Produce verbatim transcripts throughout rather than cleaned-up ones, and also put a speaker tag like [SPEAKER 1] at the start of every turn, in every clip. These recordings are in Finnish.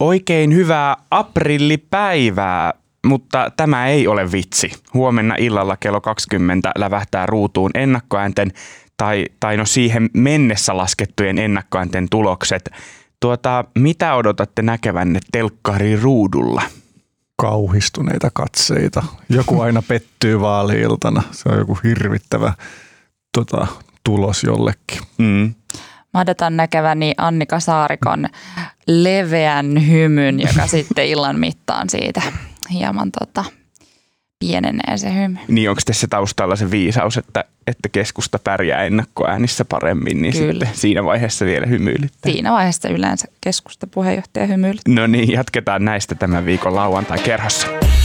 [SPEAKER 1] Oikein hyvää aprillipäivää, mutta tämä ei ole vitsi. Huomenna illalla kello kaksikymmentä lävähtää ruutuun ennakkoäänten tai, tai no siihen mennessä laskettujen ennakkoäänten tulokset. Tuota, mitä odotatte näkevänne telkkarin ruudulla?
[SPEAKER 2] Kauhistuneita katseita. Joku aina pettyy vaali-iltana. Se on joku hirvittävä tota, tulos jollekin.
[SPEAKER 1] Mm.
[SPEAKER 3] Mä odotan näkeväni Annika Saarikon leveän hymyn, joka sitten illan mittaan siitä hieman tota, pienenee se hymy.
[SPEAKER 1] Niin onko tässä taustalla se viisaus, että, että keskusta pärjää ennakkoäänissä paremmin, niin Kyllä. sitten siinä vaiheessa vielä hymyilyttää?
[SPEAKER 3] Siinä vaiheessa yleensä keskusta puheenjohtaja hymyilyttää.
[SPEAKER 1] No niin, jatketaan näistä tämän viikon lauantai-kerhossa.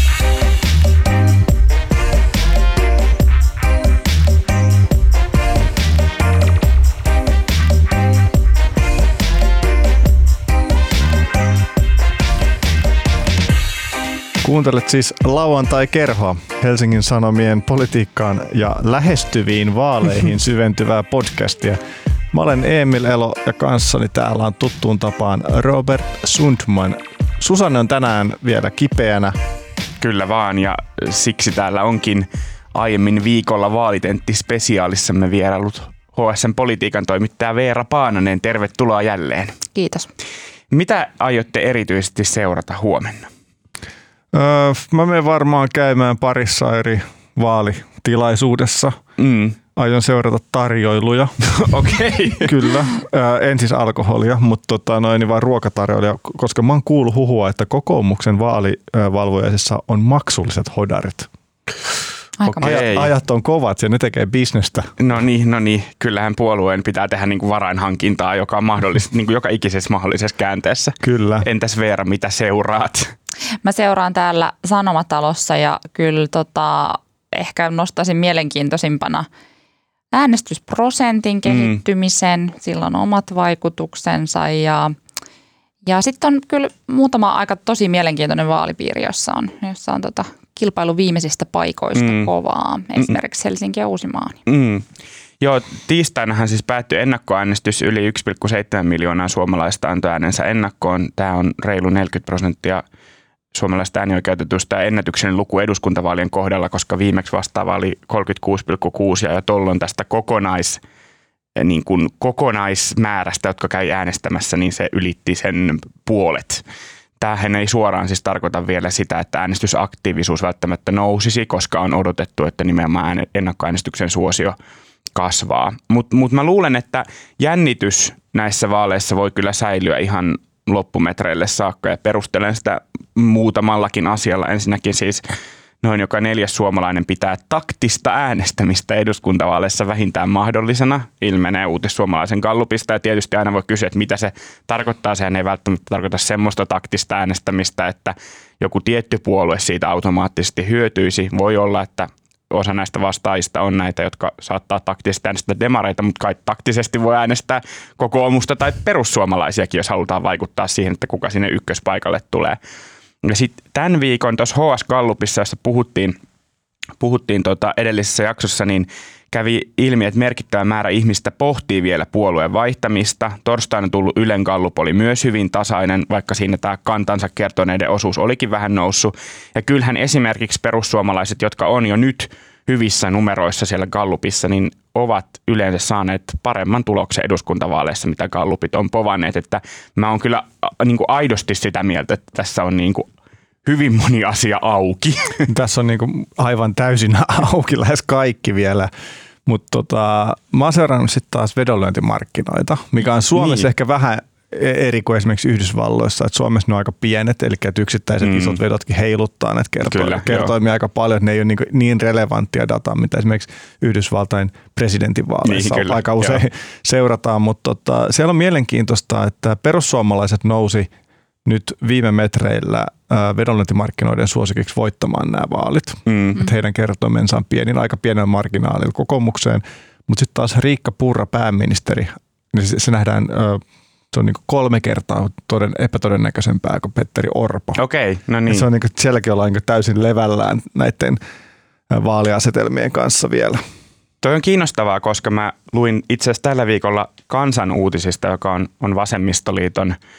[SPEAKER 2] Kuuntelet siis lauantai-kerhoa, Helsingin Sanomien politiikkaan ja lähestyviin vaaleihin syventyvää podcastia. Mä olen Emil Elo ja kanssani täällä on tuttuun tapaan Robert Sundman. Susanne on tänään vielä kipeänä.
[SPEAKER 1] Kyllä vaan, ja siksi täällä onkin aiemmin viikolla vaalitentti-spesiaalissamme vierailut H S N-politiikan toimittaja Veera Paananen. Tervetuloa jälleen.
[SPEAKER 3] Kiitos.
[SPEAKER 1] Mitä aiotte erityisesti seurata huomenna?
[SPEAKER 2] Öö, mä menen varmaan käymään parissa eri vaalitilaisuudessa.
[SPEAKER 1] Mm.
[SPEAKER 2] Aion seurata tarjoiluja.
[SPEAKER 1] Okei. Okay.
[SPEAKER 2] Kyllä. Öö, en siis alkoholia, mutta tota, noin vaan ruokatarjoiluja, koska mä oon kuullut huhua, että kokoomuksen vaalivalvojaisissa on maksulliset hodarit.
[SPEAKER 1] Okei.
[SPEAKER 2] Ajat, ajat on kovat ja ne tekee bisnestä.
[SPEAKER 1] No niin, no niin. Kyllähän puolueen pitää tehdä niin kuin varainhankintaa, joka on mahdollista, niin kuin joka ikisessä mahdollisessa käänteessä.
[SPEAKER 2] Kyllä.
[SPEAKER 1] Entäs Veera, mitä seuraat?
[SPEAKER 3] Mä seuraan täällä Sanomatalossa ja kyllä tota, ehkä nostaisin mielenkiintoisimpana äänestysprosentin kehittymisen. Mm. Sillä on omat vaikutuksensa ja, ja sitten on kyllä muutama aika tosi mielenkiintoinen vaalipiiri, jossa on, jossa on tota kilpailu viimeisistä paikoista mm. kovaa. Esimerkiksi Helsinki ja Uusimaa.
[SPEAKER 1] Mm. Joo, tiistainahan siis päättyi ennakkoäänestys. Yli yksi pilkku seitsemän miljoonaa suomalaista antoi äänensä ennakkoon. Tämä on reilu neljäkymmentä prosenttia suomalaista äänioikeutetusta ja ennätyksen luku eduskuntavaalien kohdalla, koska viimeksi vastaava oli kolmekymmentäkuusi pilkku kuusi ja tuolloin tästä kokonais, niin kuin kokonaismäärästä, jotka käy äänestämässä, niin se ylitti sen puolet. Tämähän ei suoraan siis tarkoita vielä sitä, että äänestysaktiivisuus välttämättä nousisi, koska on odotettu, että nimenomaan ennakkoäänestyksen suosio kasvaa. Mutta mut mä luulen, että jännitys näissä vaaleissa voi kyllä säilyä ihan loppumetreille saakka ja perustelen sitä muutamallakin asialla. Ensinnäkin siis noin joka neljäs suomalainen pitää taktista äänestämistä eduskuntavaaleissa vähintään mahdollisena. Ilmenee Uutissuomalaisen gallupista ja tietysti aina voi kysyä, että mitä se tarkoittaa. Sehän ei välttämättä tarkoita semmoista taktista äänestämistä, että joku tietty puolue siitä automaattisesti hyötyisi. Voi olla, että osa näistä vastaajista on näitä, jotka saattaa taktisesti äänestää demareita, mutta kai taktisesti voi äänestää kokoomusta tai perussuomalaisiakin, jos halutaan vaikuttaa siihen, että kuka sinne ykköspaikalle tulee. Ja sitten tämän viikon tuossa H S-gallupissa, jossa puhuttiin, puhuttiin tota edellisessä jaksossa, niin kävi ilmi, että merkittävä määrä ihmistä pohtii vielä puolueen vaihtamista. Torstaina tullut Ylen gallup oli myös hyvin tasainen, vaikka siinä tämä kantansa kertoneiden osuus olikin vähän noussut. Ja kyllähän esimerkiksi perussuomalaiset, jotka on jo nyt hyvissä numeroissa siellä gallupissa, niin ovat yleensä saaneet paremman tuloksen eduskuntavaaleissa, mitä gallupit on povanneet. Että mä oon kyllä niin kuin aidosti sitä mieltä, että tässä on niin kuin hyvin moni asia auki.
[SPEAKER 2] Tässä on niin kuin aivan täysin auki lähes kaikki vielä. Mutta tota, mä oon seurannut sitten taas vedonlyöntimarkkinoita, mikä on Suomessa niin ehkä vähän eri kuin esimerkiksi Yhdysvalloissa. Et Suomessa ne on aika pienet, eli että yksittäiset mm. isot vedotkin heiluttaa näitä kertoimia. Kertoimia aika paljon, että ne ei ole niin, niin relevanttia dataa, mitä esimerkiksi Yhdysvaltain presidentinvaaleissa niin, aika usein joo. seurataan. Mutta tota, siellä on mielenkiintoista, että perussuomalaiset nousi nyt viime metreillä äh, vedonlyöntimarkkinoiden suosikiksi voittamaan nämä vaalit. Mm. Että heidän kertoimensa on pieni, aika pienellä marginaalilla kokoomukseen. Mutta sitten taas Riikka Purra pääministeri, niin se, se nähdään, äh, se on niinku kolme kertaa toden, epätodennäköisempää kuin Petteri Orpo.
[SPEAKER 1] Okei, okay, no niin.
[SPEAKER 2] Ja se on niinku, sielläkin ollaan niinku täysin levällään näiden äh, vaaliasetelmien kanssa vielä.
[SPEAKER 1] Toi on kiinnostavaa, koska mä luin itse asiassa tällä viikolla Kansan uutisista, joka on, on Vasemmistoliiton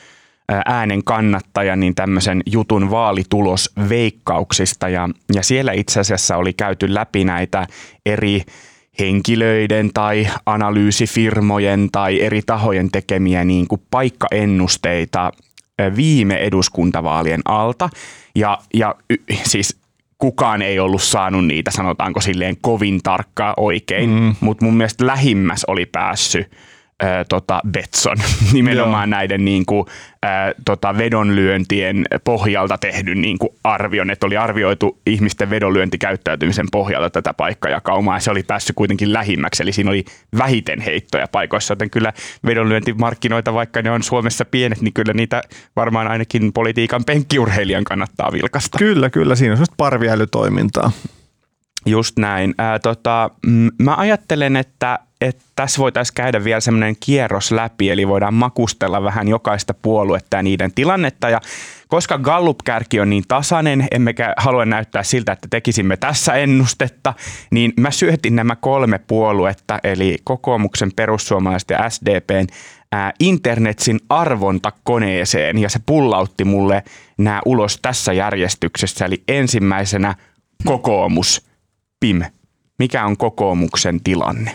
[SPEAKER 1] äänen kannattaja, niin tämmöisen jutun vaalitulosveikkauksista ja, ja siellä itse asiassa oli käyty läpi näitä eri henkilöiden tai analyysifirmojen tai eri tahojen tekemiä niin kuin paikkaennusteita viime eduskuntavaalien alta ja, ja siis kukaan ei ollut saanut niitä, sanotaanko silleen kovin tarkkaa oikein, mm. mutta mun mielestä lähimmäs oli päässyt Ää, tota Betson, nimenomaan Joo. näiden niin kuin, ää, tota vedonlyöntien pohjalta tehdyn niin kuin arvion, että oli arvioitu ihmisten vedonlyöntikäyttäytymisen pohjalta tätä paikkajakaumaa ja se oli päässyt kuitenkin lähimmäksi, eli siinä oli vähiten heittoja paikoissa, joten kyllä vedonlyöntimarkkinoita, vaikka ne on Suomessa pienet, niin kyllä niitä varmaan ainakin politiikan penkkiurheilijan kannattaa vilkasta.
[SPEAKER 2] Kyllä, kyllä, siinä on semmoista parviälytoimintaa.
[SPEAKER 1] Just näin. Ää, tota, m- mä ajattelen, että että tässä voitaisiin käydä vielä semmoinen kierros läpi, eli voidaan makustella vähän jokaista puoluetta ja niiden tilannetta. Ja koska Gallup-kärki on niin tasainen, emmekä halua näyttää siltä, että tekisimme tässä ennustetta, niin mä syötin nämä kolme puoluetta, eli kokoomuksen, perussuomalaiset ja S D P:n ää, internetsin arvontakoneeseen, ja se pullautti mulle nämä ulos tässä järjestyksessä, eli ensimmäisenä kokoomus. Pim, mikä on kokoomuksen tilanne?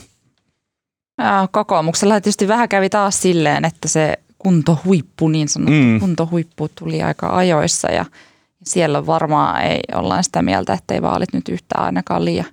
[SPEAKER 3] Kokoomuksella tietysti vähän kävi taas silleen, että se kuntohuippu, niin sanottu mm. kuntohuippu tuli aika ajoissa ja siellä varmaan ei olla sitä mieltä, että ei vaalit nyt yhtään ainakaan liian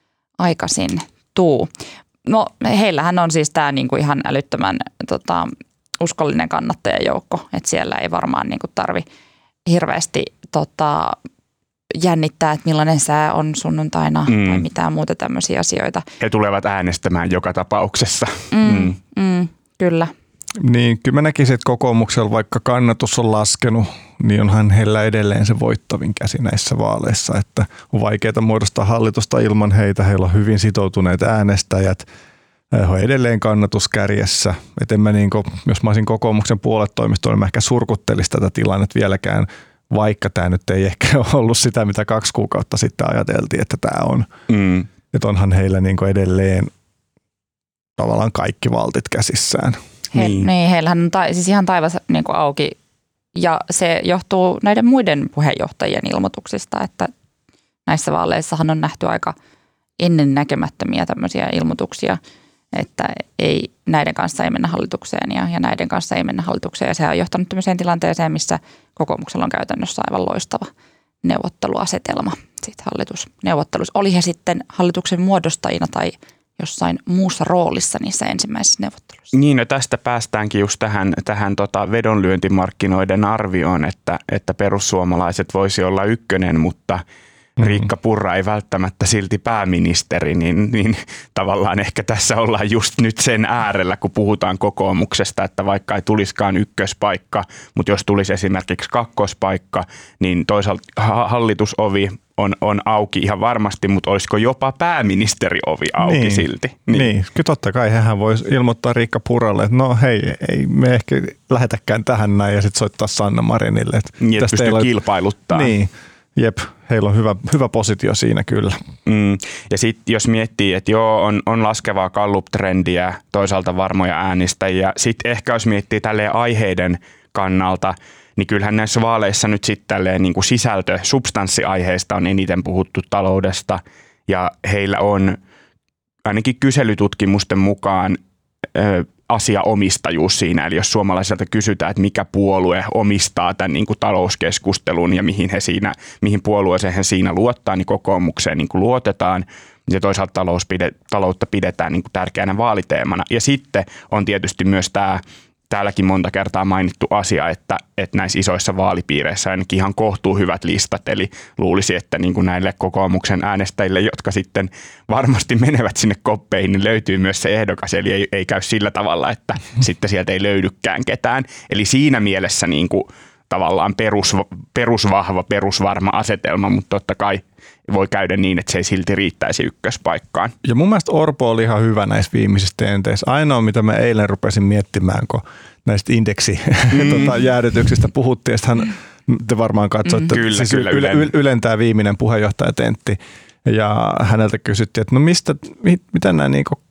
[SPEAKER 3] aikaisin tuu. No heillähän on siis tämä niinku ihan älyttömän tota, uskollinen kannattajajoukko, että siellä ei varmaan niinku tarvi hirveästi tota, jännittää, että millainen sää on sunnuntaina mm. tai mitään muuta tämmöisiä asioita.
[SPEAKER 1] He tulevat äänestämään joka tapauksessa.
[SPEAKER 3] Mm, mm. Mm, kyllä.
[SPEAKER 2] Niin, kyllä mä näkisin, että kokoomuksella vaikka kannatus on laskenut, niin onhan heillä edelleen se voittavin käsi näissä vaaleissa, että on vaikeaa muodostaa hallitusta ilman heitä. Heillä on hyvin sitoutuneet äänestäjät. He on edelleen kannatuskärjessä. Et en mä niin kuin, jos mä olisin kokoomuksen puoluetoimistolla, niin mä ehkä surkuttelisi tätä tilannetta vieläkään, vaikka tämä nyt ei ehkä ollut sitä, mitä kaksi kuukautta sitten ajateltiin, että tämä on. Mm. Että onhan heillä niin kuin edelleen tavallaan kaikki valtit käsissään.
[SPEAKER 3] He, niin. niin, heillähän on ta- siis ihan taivas niin kuin auki ja se johtuu näiden muiden puheenjohtajien ilmoituksista, että näissä vaaleissahan on nähty aika ennennäkemättömiä tämmöisiä ilmoituksia, että ei, näiden kanssa ei mennä hallitukseen ja, ja näiden kanssa ei mennä hallitukseen ja se on johtanut tämmöiseen tilanteeseen, missä kokoomuksella on käytännössä aivan loistava neuvotteluasetelma siitä hallitusneuvottelussa. Oli he sitten hallituksen muodostajina tai jossain muussa roolissa niissä ensimmäisissä neuvotteluissa.
[SPEAKER 1] Niin, no tästä päästäänkin just tähän, tähän tota vedonlyöntimarkkinoiden arvioon, että, että perussuomalaiset voisi olla ykkönen, mutta Riikka Purra ei välttämättä silti pääministeri, niin, niin tavallaan ehkä tässä ollaan just nyt sen äärellä, kun puhutaan kokoomuksesta, että vaikka ei tulisikaan ykköspaikka, mutta jos tulisi esimerkiksi kakkospaikka, niin toisaalta hallitusovi on, on auki ihan varmasti, mutta olisiko jopa pääministeriovi auki
[SPEAKER 2] niin,
[SPEAKER 1] silti?
[SPEAKER 2] Niin, niin. Kyllä totta kai hehän voisi ilmoittaa Riikka Purralle, että no hei, ei me ehkä lähetäkään tähän näin ja sitten soittaa Sanna Marinille. Että
[SPEAKER 1] niin, että pystyy kilpailuttaa.
[SPEAKER 2] Niin. Jep, heillä on hyvä, hyvä positio siinä kyllä.
[SPEAKER 1] Mm. Ja sitten jos miettii, että joo, on, on laskevaa Gallup-trendiä, toisaalta varmoja äänestäjiä, sitten ehkä jos miettii tälleen aiheiden kannalta, niin kyllähän näissä vaaleissa nyt sitten tälleen niin kuin sisältö, substanssiaiheista on eniten puhuttu taloudesta ja heillä on ainakin kyselytutkimusten mukaan ö, asiaomistajuus siinä, eli jos suomalaisilta kysytään, että mikä puolue omistaa tämän niin kuin talouskeskustelun ja mihin, he siinä, mihin puolueeseen he siinä luottaa, niin kokoomukseen niin kuin luotetaan. Ja toisaalta talous pide, taloutta pidetään niin kuin tärkeänä vaaliteemana. Ja sitten on tietysti myös tämä täälläkin monta kertaa mainittu asia, että, että näissä isoissa vaalipiireissä ainakin ihan kohtuu hyvät listat, eli luulisi, että niin kuin näille kokoomuksen äänestäjille, jotka sitten varmasti menevät sinne koppeihin, niin löytyy myös se ehdokas, eli ei, ei käy sillä tavalla, että sitten sieltä ei löydykään ketään. Eli siinä mielessä niin kuin tavallaan perus, perusvahva, perusvarma asetelma, mutta totta kai voi käydä niin, että se ei silti riittäisi ykköspaikkaan.
[SPEAKER 2] Ja mun mielestä Orpo oli ihan hyvä näissä viimeisissä tenteissä. Ainoa, mitä mä eilen rupesin miettimään, kun näistä indeksijäädytyksistä mm. tota, puhuttiin, ja hän, te varmaan katsoitte,
[SPEAKER 1] mm. kyllä,
[SPEAKER 2] siis
[SPEAKER 1] kyllä,
[SPEAKER 2] yle, yle, Ylen tämä viimeinen puheenjohtajatentti, ja häneltä kysyttiin, että no mistä, mit, mitä nämä niinku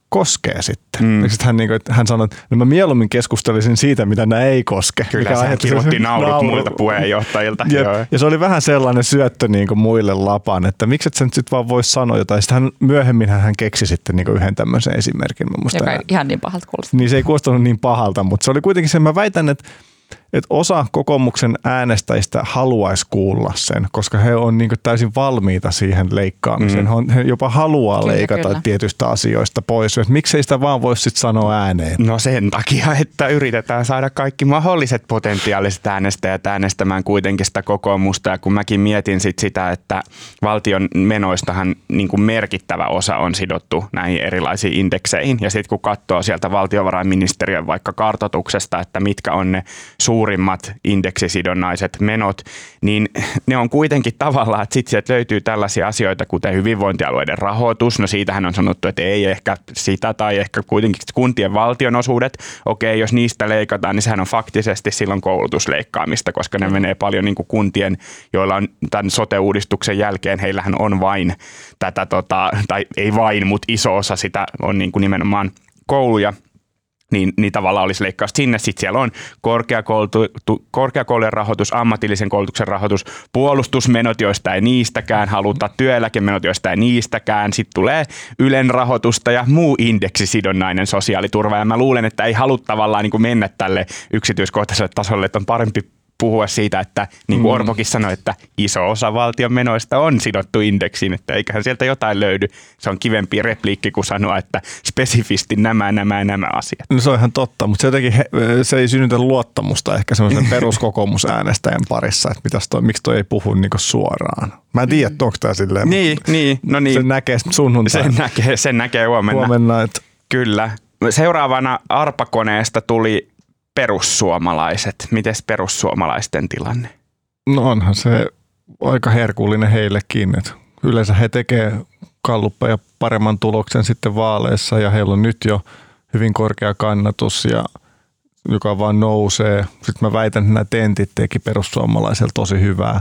[SPEAKER 2] koskee sitten. Mm. Sitten hän, niin kuin, hän sanoi, että no mä mieluummin keskustelisin siitä, mitä nämä ei koske.
[SPEAKER 1] Kyllä, sehän kirotti naurut nauru. muilta puheenjohtajilta.
[SPEAKER 2] Ja, ja se oli vähän sellainen syöttö niin kuin muille lapaan, että miksi et sä nyt sit vaan voisi sanoa jotain. Sitten hän, myöhemmin hän keksi sitten niin kuin yhden tämmöisen esimerkin.
[SPEAKER 3] Joka ei ihan niin pahalta kuulosta.
[SPEAKER 2] Niin se ei kuulostanut niin pahalta, mutta se oli kuitenkin se, mä väitän, että että osa kokoomuksen äänestäjistä haluaisi kuulla sen, koska he on niin kuin täysin valmiita siihen leikkaamiseen. Mm. He jopa haluaa kyllä, leikata kyllä. tietystä asioista pois. Että miksei sitä vaan voisi sitten sanoa ääneen?
[SPEAKER 1] No sen takia, että yritetään saada kaikki mahdolliset potentiaaliset äänestäjät äänestämään kuitenkin sitä kokoomusta. Ja kun mäkin mietin sit sitä, että valtion menoistahan niin kuin merkittävä osa on sidottu näihin erilaisiin indekseihin. Ja sitten kun katsoo sieltä valtiovarainministeriön vaikka kartoituksesta, että mitkä on ne suurimmat indeksisidonnaiset menot, niin ne on kuitenkin tavallaan, että sitten sieltä löytyy tällaisia asioita, kuten hyvinvointialueiden rahoitus. No siitähän on sanottu, että ei ehkä sitä tai ehkä kuitenkin kuntien valtionosuudet. Okei, jos niistä leikataan, niin sehän on faktisesti silloin koulutusleikkaamista, koska ne menee paljon niin kuin kuntien, joilla on tämän sote-uudistuksen jälkeen, heillähän on vain tätä, tota, tai ei vain, mutta iso osa sitä on niin kuin nimenomaan kouluja. Niin, niin tavallaan olisi leikkaus sinne. Sitten siellä on korkeakoulujen rahoitus, ammatillisen koulutuksen rahoitus, puolustusmenot, joista ei niistäkään haluta, työeläkemenot, joista ei niistäkään. Sitten tulee Ylen rahoitusta ja muu indeksisidonnainen sosiaaliturva. Ja mä luulen, että ei halua tavallaan niin kuin mennä tälle yksityiskohtaiselle tasolle, että on parempi puhua siitä, että niin kuin Orpokin sanoi, että iso osa valtion menoista on sidottu indeksiin, että eiköhän sieltä jotain löydy. Se on kivempi repliikki kuin sanoa, että spesifisti nämä, nämä, nämä asiat.
[SPEAKER 2] No se on ihan totta, mutta se, jotenkin, se ei synnytä luottamusta ehkä semmoisen peruskokoomusäänestäjän parissa, että mitäs toi, miksi toi ei puhu niin kuin suoraan. Mä en tiedä, onko tämä silleen.
[SPEAKER 1] Niin, niin, no niin.
[SPEAKER 2] Sen näkee sunnuntaina.
[SPEAKER 1] Sen näkee, sen näkee huomenna.
[SPEAKER 2] Huomenna, että
[SPEAKER 1] kyllä. Seuraavana arpakoneesta tuli perussuomalaiset. Mites perussuomalaisten tilanne?
[SPEAKER 2] No onhan se aika herkullinen heillekin. Että yleensä he tekee galluppeja paremman tuloksen sitten vaaleissa ja heillä on nyt jo hyvin korkea kannatus, ja, joka vaan nousee. Sitten mä väitän, että nämä tentit teki perussuomalaisella tosi hyvää.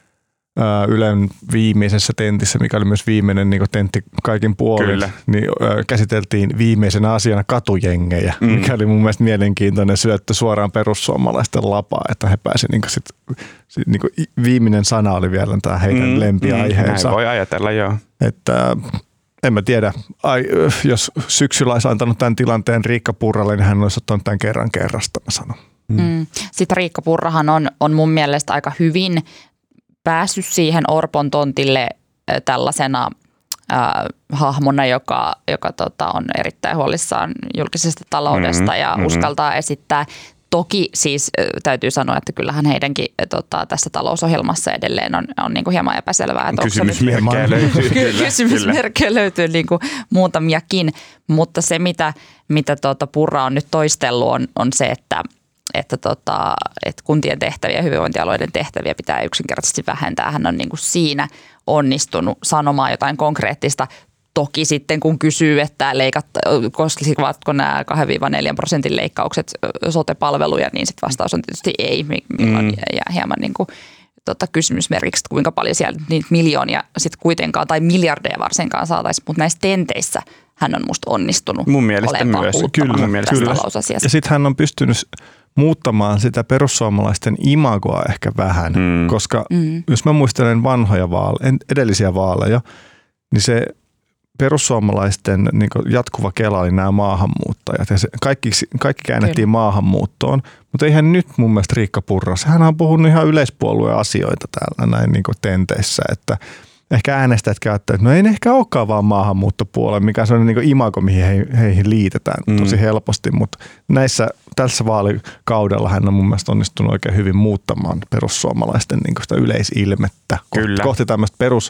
[SPEAKER 2] Ylen viimeisessä tentissä, mikä oli myös viimeinen niin tentti kaikin puolin, niin käsiteltiin viimeisenä asiana katujengejä, mm. mikä oli mun mielestä mielenkiintoinen syöttö suoraan perussuomalaisten lapaa, että he pääsivät, niin sit, sit, niin viimeinen sana oli vielä tämä heidän mm. lempiaiheensa.
[SPEAKER 1] Näin voi ajatella, joo.
[SPEAKER 2] Että en mä tiedä, ai, jos syksyllä olisi antanut tämän tilanteen Riikka Purralle, niin hän olisi ottanut tämän kerran kerrasta, mä sanon.
[SPEAKER 3] Mm. Mm. Sitten Riikka Purrahan on, on mun mielestä aika hyvin päässyt siihen Orpon tontille tällaisena äh, hahmona, joka, joka tota, on erittäin huolissaan julkisesta taloudesta mm-hmm, ja mm-hmm. uskaltaa esittää. Toki siis täytyy sanoa, että kyllähän heidänkin tota, tässä talousohjelmassa edelleen on, on niin kuin hieman epäselvää.
[SPEAKER 1] Kysymysmerkkejä löytyy.
[SPEAKER 3] Kysymysmerkkejä löytyy niin kuin muutamiakin, mutta se mitä, mitä tuota Purra on nyt toistellut on, on se, että Että, tota, että kuntien tehtäviä ja hyvinvointialueiden tehtäviä pitää yksinkertaisesti vähentää. Hän on niin kuin siinä onnistunut sanomaan jotain konkreettista. Toki sitten kun kysyy, että leikat, koskisivatko nämä kaksi neljä prosentin leikkaukset sote-palveluja, niin sitten vastaus on tietysti ei, milloin mm. jää hieman niin kuin, tota, kysymysmerkiksi, kuinka paljon siellä niitä miljoonia sitten kuitenkaan tai miljardeja varsinkaan saataisiin, mutta näissä tenteissä hän on musta onnistunut
[SPEAKER 1] mun mielestä myös.
[SPEAKER 2] Kyllä, mun mielestä kyllä. Ja sitten hän on pystynyt muuttamaan sitä perussuomalaisten imagoa ehkä vähän, mm. koska mm. jos mä muistelen vanhoja vaaleja, edellisiä vaaleja, niin se perussuomalaisten niin kuin jatkuva kela oli nämä maahanmuuttajat. Ja se, kaikki, kaikki käännettiin Kyllä. maahanmuuttoon, mutta eihän nyt mun mielestä Riikka Purra, hän on puhunut ihan yleispuolueen asioita täällä näin niin kuin tenteissä, että ehkä äänestäjät käyttävät, että no ei ne ehkä olekaan vaan maahanmuuttopuolella, mikä on niin kuin imago, mihin he, heihin liitetään mm. tosi helposti, mutta näissä, tässä vaalikaudella hän on mun mielestä onnistunut oikein hyvin muuttamaan perussuomalaisten niin kuin sitä yleisilmettä Kyllä. kohti tämmöistä perus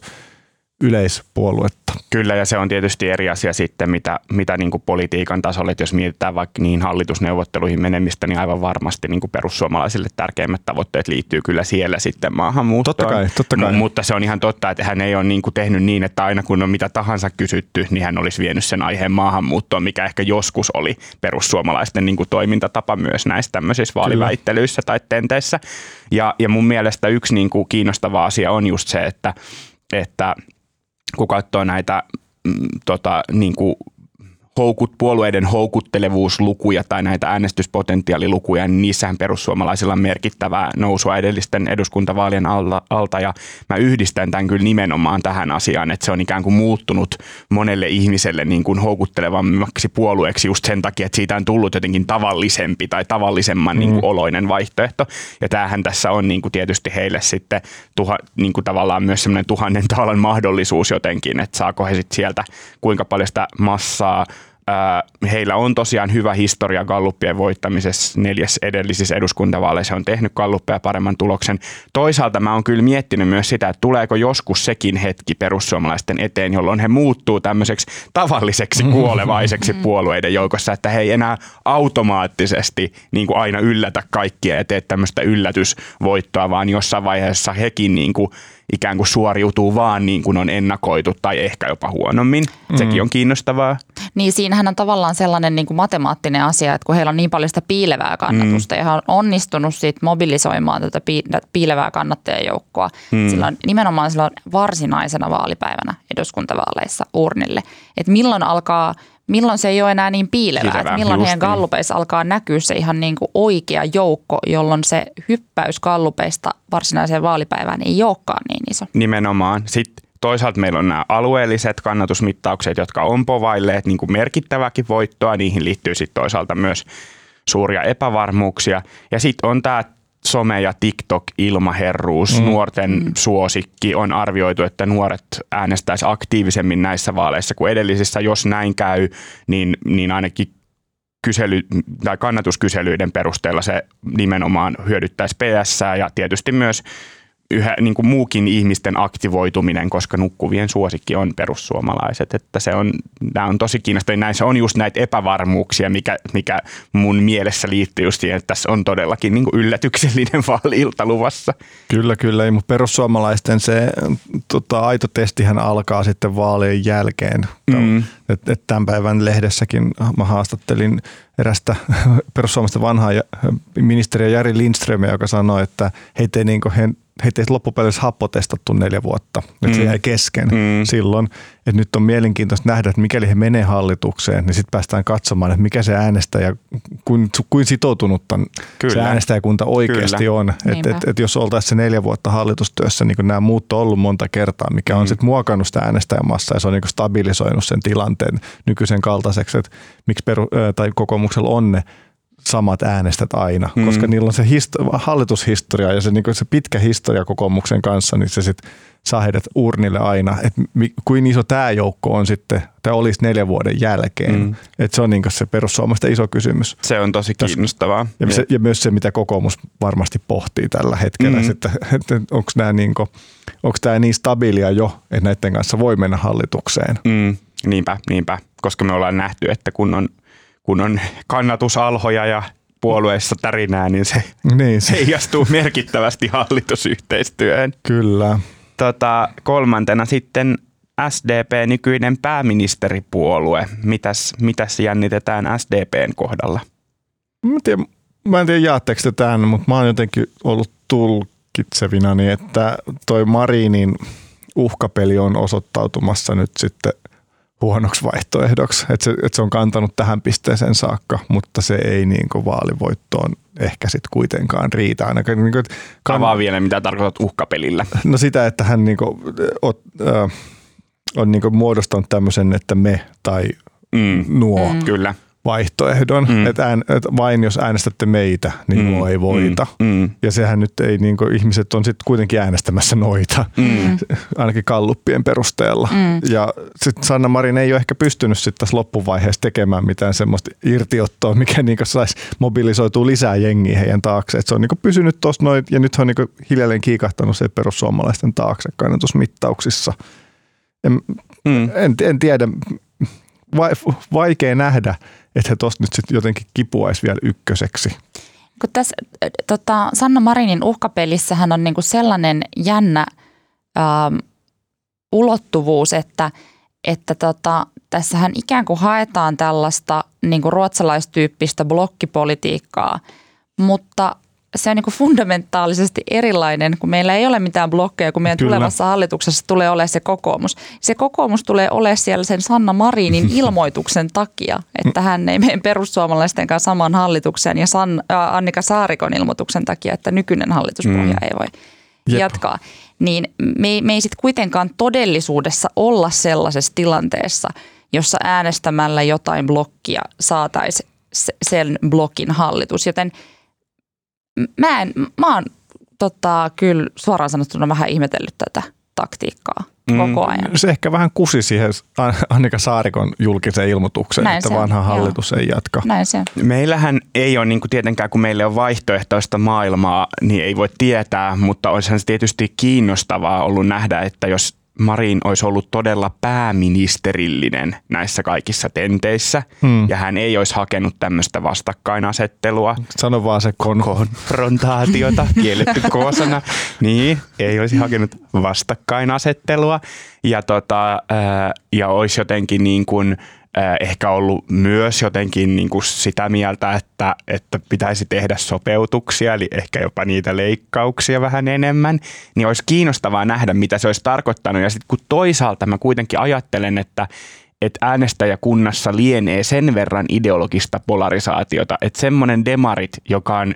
[SPEAKER 2] yleispuoluetta.
[SPEAKER 1] Kyllä, ja se on tietysti eri asia sitten, mitä, mitä niin kuin politiikan tasolla, että jos mietitään vaikka niin hallitusneuvotteluihin menemistä, niin aivan varmasti niin kuin perussuomalaisille tärkeimmät tavoitteet liittyy kyllä siellä sitten maahanmuuttoon.
[SPEAKER 2] Totta kai, totta kai.
[SPEAKER 1] M- mutta se on ihan totta, että hän ei ole niin kuin tehnyt niin, että aina kun on mitä tahansa kysytty, niin hän olisi vienyt sen aiheen maahanmuuttoon, mikä ehkä joskus oli perussuomalaisten niin kuin toimintatapa myös näissä tämmöisissä vaaliväittelyissä tai tenteissä. Ja, ja mun mielestä yksi niin kuin kiinnostava asia on just se, että, että kun katsoo näitä mm, tota, niin kuin houkut, puolueiden houkuttelevuuslukuja tai näitä äänestyspotentiaalilukuja, niin niissähän perussuomalaisilla on merkittävää nousua edellisten eduskuntavaalien alta. Ja mä yhdistän tämän kyllä nimenomaan tähän asiaan, että se on ikään kuin muuttunut monelle ihmiselle niin kuin houkuttelevammaksi puolueeksi just sen takia, että siitä on tullut jotenkin tavallisempi tai tavallisemman mm. niin kuin oloinen vaihtoehto. Ja tämähän tässä on niin kuin tietysti heille sitten tuha, niin kuin tavallaan myös semmoinen tuhannen taalan mahdollisuus jotenkin, että saako he sitten sieltä kuinka paljon sitä massaa. Heillä on tosiaan hyvä historia Gallupien voittamisessa. Neljäs edellisissä eduskuntavaaleissa on tehnyt Galluppeja paremman tuloksen. Toisaalta mä oon kyllä miettinyt myös sitä, että tuleeko joskus sekin hetki perussuomalaisten eteen, jolloin he muuttuu tämmöiseksi tavalliseksi kuolevaiseksi puolueiden joukossa, että he ei enää automaattisesti niin kuin aina yllätä kaikkia ja tee tämmöistä yllätysvoittoa, vaan jossain vaiheessa hekin niin kuin ikään kuin suoriutuu vaan niin kuin on ennakoitu tai ehkä jopa huonommin. Mm. Sekin on kiinnostavaa.
[SPEAKER 3] Niin siinähän on tavallaan sellainen niin kuin matemaattinen asia, että kun heillä on niin paljon sitä piilevää kannatusta mm. ja he on onnistunut siitä mobilisoimaan tätä piilevää kannattajajoukkoa mm. silloin, nimenomaan silloin varsinaisena vaalipäivänä eduskuntavaaleissa urnille. Että milloin alkaa, milloin se ei ole enää niin piilevää, että milloin heidän gallupeissa alkaa näkyä se ihan niin kuin oikea joukko, jolloin se hyppäys gallupeista varsinaiseen vaalipäivään ei olekaan niin iso.
[SPEAKER 1] Nimenomaan. Sitten toisaalta meillä on nämä alueelliset kannatusmittaukset, jotka on povailleet niin kuin merkittäväkin voittoa. Niihin liittyy sitten toisaalta myös suuria epävarmuuksia. Ja sitten on tämä some- ja TikTok-ilmaherruus, mm. nuorten mm. suosikki. On arvioitu, että nuoret äänestäisi aktiivisemmin näissä vaaleissa kuin edellisissä. Jos näin käy, niin, niin ainakin kysely, tai kannatuskyselyiden perusteella se nimenomaan hyödyttäisi P S:ää ja tietysti myös yhä niin kuin muukin ihmisten aktivoituminen, koska nukkuvien suosikki on perussuomalaiset. Että se on, nämä on tosi kiinnostavia. Näissä on just näitä epävarmuuksia, mikä, mikä mun mielessä liittyy just siihen, että tässä on todellakin niin kuin yllätyksellinen vaali-ilta luvassa.
[SPEAKER 2] Kyllä, kyllä. Mutta perussuomalaisten se tota, aito testihän alkaa sitten vaalien jälkeen. Mm. Et, et tämän päivän lehdessäkin mä haastattelin erästä perussuomalaisten vanhaa ministeriä Jari Lindströmiä, joka sanoi, että heitä ei, niin kuin, he, heitä ei loppupeleissä happotestattu neljä vuotta. Mm. Että se jäi kesken mm. silloin. Että nyt on mielenkiintoista nähdä, että mikäli he menee hallitukseen, niin sitten päästään katsomaan, että mikä se äänestäjä, kuin, kuin sitoutunutta Kyllä. se äänestäjäkunta oikeasti Kyllä. on. Että et, et jos oltaisiin se neljä vuotta hallitustyössä, niin kuin nämä muut on ollut monta kertaa, mikä on mm. sitten muokannut sitä äänestäjämassaa ja se on niin kuin stabilisoinut sen tilanteen nykyisen kaltaiseksi, että miksi peru, tai kokoomuksella on ne samat äänestäjät aina, mm. koska niillä on se histo- hallitushistoria ja se, niin kuin se pitkä historia kokoomuksen kanssa, niin se sitten saa heidät urnille aina, että kuin iso tämä joukko on sitten, tämä olisi neljän vuoden jälkeen. Mm. Että se on niin kuin se perussuomalaisten iso kysymys.
[SPEAKER 1] Se on tosi kiinnostavaa.
[SPEAKER 2] Ja, se, ja myös se, mitä kokoomus varmasti pohtii tällä hetkellä, mm. että, että onko nämä niin, niin stabiilia jo, että näiden kanssa voi mennä hallitukseen.
[SPEAKER 1] Mm. Niinpä, niinpä, koska me ollaan nähty, että kun on kun on kannatusalhoja ja puolueessa tärinää, niin se niin, se heijastuu merkittävästi hallitusyhteistyöhön.
[SPEAKER 2] Kyllä.
[SPEAKER 1] Tota, kolmantena sitten S D P, nykyinen pääministeripuolue. Mitäs, mitäs jännitetään S D P:n kohdalla?
[SPEAKER 2] Mä en tiedä, mä en tiedä jaatteko te tämän, mutta mä oon jotenkin ollut tulkitsevinani, että toi Marinin uhkapeli on osoittautumassa nyt sitten huonoksi vaihtoehdoksi, että se, että se on kantanut tähän pisteeseen saakka, mutta se ei niin kuin vaalivoittoon ehkä sitten kuitenkaan riitä. Ainakaan, niin kuin,
[SPEAKER 1] kan... Avaa vielä, mitä tarkoitat uhkapelillä.
[SPEAKER 2] No sitä, että hän niin kuin, ot, äh, on niin kuin muodostanut tämmöisen, että me tai mm. nuo
[SPEAKER 1] mm. kyllä.
[SPEAKER 2] vaihtoehdon, mm. että, ään, että vain jos äänestätte meitä, niin mm. nuo ei voita. Mm. Ja sehän nyt ei, niin kuin, ihmiset on sitten kuitenkin äänestämässä noita, mm. ainakin galluppien perusteella. Mm. Ja sitten Sanna Marin ei ole ehkä pystynyt sitten tässä loppuvaiheessa tekemään mitään semmoista irtiottoa, mikä niin kuin saisi mobilisoitua lisää jengiä heidän taakse. Et se on niin kuin pysynyt tuossa noin, ja nyt on niin kuin hiljalleen kiikahtanut se perussuomalaisten taakse kannatusmittauksissa. En, mm. en, en tiedä, vaikea nähdä, että he tuosta nyt sitten jotenkin kipuaisi vielä ykköseksi.
[SPEAKER 3] Kun tässä tota, Sanna Marinin uhkapelissähän on niinku sellainen jännä ähm, ulottuvuus, että, että tota, tässähän ikään kuin haetaan tällaista niinku ruotsalaistyyppistä blokkipolitiikkaa, mutta se on niin kuin fundamentaalisesti erilainen, kun meillä ei ole mitään blokkeja, kun meidän Kyllä. tulevassa hallituksessa tulee olemaan se kokoomus. Se kokoomus tulee olemaan siellä sen Sanna Marinin ilmoituksen takia, että hän ei mene perussuomalaisten kanssa samaan hallitukseen ja San, äh, Annika Saarikon ilmoituksen takia, että nykyinen hallituspohja mm. ei voi Jep. jatkaa. Niin me, me ei sitten kuitenkaan todellisuudessa olla sellaisessa tilanteessa, jossa äänestämällä jotain blokkia saataisiin sen blokin hallitus, joten mä, en, mä oon tota, kyllä suoraan sanottuna vähän ihmetellyt tätä taktiikkaa koko ajan.
[SPEAKER 2] Mm, se ehkä vähän kusi siihen Annika Saarikon julkiseen ilmoitukseen, Näin että vanha on. hallitus Joo. ei jatka.
[SPEAKER 3] Näin se on.
[SPEAKER 1] Meillähän ei ole niin kuin tietenkään, kun meillä on vaihtoehtoista maailmaa, niin ei voi tietää, mutta olisihan se tietysti kiinnostavaa ollut nähdä, että jos Marin olisi ollut todella pääministerillinen näissä kaikissa tenteissä hmm. ja hän ei olisi hakenut tämmöistä vastakkainasettelua.
[SPEAKER 2] Sano vaan se kon-
[SPEAKER 1] konfrontaatiota, kielletty K-sana. Niin, ei olisi hakenut vastakkainasettelua ja, tota, ja olisi jotenkin niin kuin ehkä ollut myös jotenkin niin kuin sitä mieltä, että, että pitäisi tehdä sopeutuksia, eli ehkä jopa niitä leikkauksia vähän enemmän, niin olisi kiinnostavaa nähdä, mitä se olisi tarkoittanut. Ja sitten kun toisaalta mä kuitenkin ajattelen, että, että äänestäjäkunnassa lienee sen verran ideologista polarisaatiota, että semmoinen demarit, joka on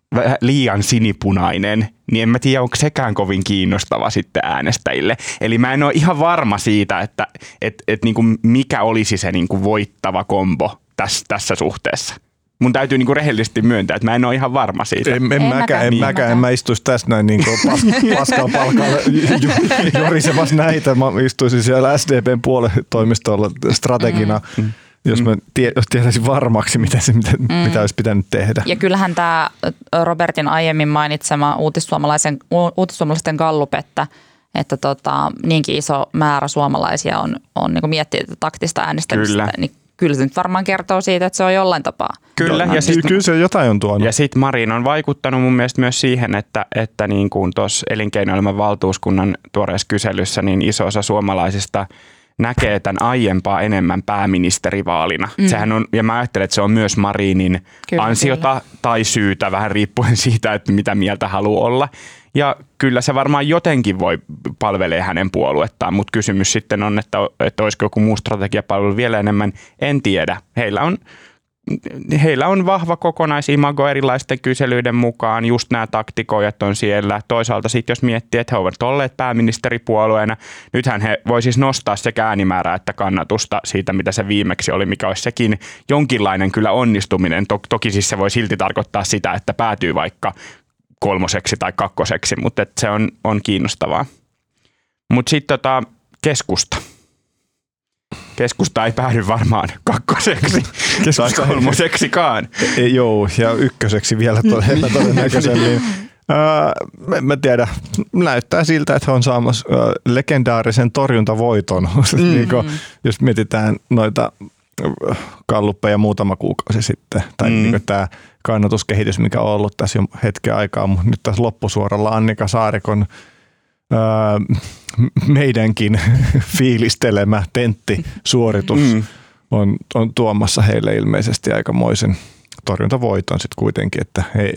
[SPEAKER 1] liian sinipunainen, niin en mä tiedä, onko sekään kovin kiinnostava sitten äänestäjille. Eli mä en ole ihan varma siitä, että et, et niinku mikä olisi se niinku voittava kombo tässä, tässä suhteessa. Mun täytyy niinku rehellisesti myöntää, että mä en ole ihan varma siitä.
[SPEAKER 2] En, en, en mäkään, en, mäkään, en mä istuisi tässä näin niin pas, paskaa palkalla jorisemassa näitä. Mä istuisin siellä S D P:n puoletoimistolla strategina. Mm. Mm. Jos mä tie, jos tietäisin varmaksi, mitä, se, mitä, mm. mitä olisi pitänyt tehdä.
[SPEAKER 3] Ja kyllähän tämä Robertin aiemmin mainitsema uutissuomalaisen, uutissuomalaisten gallup, että, että tota, niinkin iso määrä suomalaisia on, on niin miettinyt taktista äänestämistä, kyllä. niin kyllä se nyt varmaan kertoo siitä, että se on jollain tapaa.
[SPEAKER 1] Kyllä,
[SPEAKER 2] ja sit, kyllä se jotain on tuonut.
[SPEAKER 1] Ja sitten Marin on vaikuttanut mun mielestä myös siihen, että, että niin kuin tuossa elinkeinoelämän valtuuskunnan tuoreessa kyselyssä, niin iso osa suomalaisista näkee tämän aiempaa enemmän pääministerivaalina. Mm. Sehän on, ja mä ajattelen, että se on myös Marinin kyllä, ansiota kyllä. tai syytä, vähän riippuen siitä, että mitä mieltä haluaa olla. Ja kyllä se varmaan jotenkin voi palvelee hänen puoluettaan, mutta kysymys sitten on, että, että olisiko joku muu strategiapalvelu vielä enemmän, en tiedä. Heillä on Heillä on vahva kokonaisimago erilaisten kyselyiden mukaan, just nämä taktikoijat on siellä. Toisaalta sitten jos miettii, että he ovat olleet pääministeripuolueena, nythän he voi siis nostaa sekä äänimäärää että kannatusta siitä, mitä se viimeksi oli, mikä olisi sekin jonkinlainen kyllä onnistuminen. Toki siis se voi silti tarkoittaa sitä, että päätyy vaikka kolmoseksi tai kakkoseksi, mutta se on, on kiinnostavaa. Mutta sitten tota, keskusta. Keskusta ei päädy varmaan kakkoseksi tai kolmoseksikaan.
[SPEAKER 2] Ei, joo, ja ykköseksi vielä epätodennäköisemmin. Mä, mä tiedän, näyttää siltä, että he on saamassa uh, legendaarisen torjuntavoiton, mm. niin kun, jos mietitään noita galluppeja muutama kuukausi sitten, tai mm. niin tämä kannatuskehitys, mikä on ollut tässä jo hetken aikaa, mutta nyt tässä loppusuoralla Annika Saarikon Öö, meidänkin fiilistelemä tenttisuoritus mm. on, on tuomassa heille ilmeisesti aikamoisen torjuntavoiton sitten kuitenkin, että he,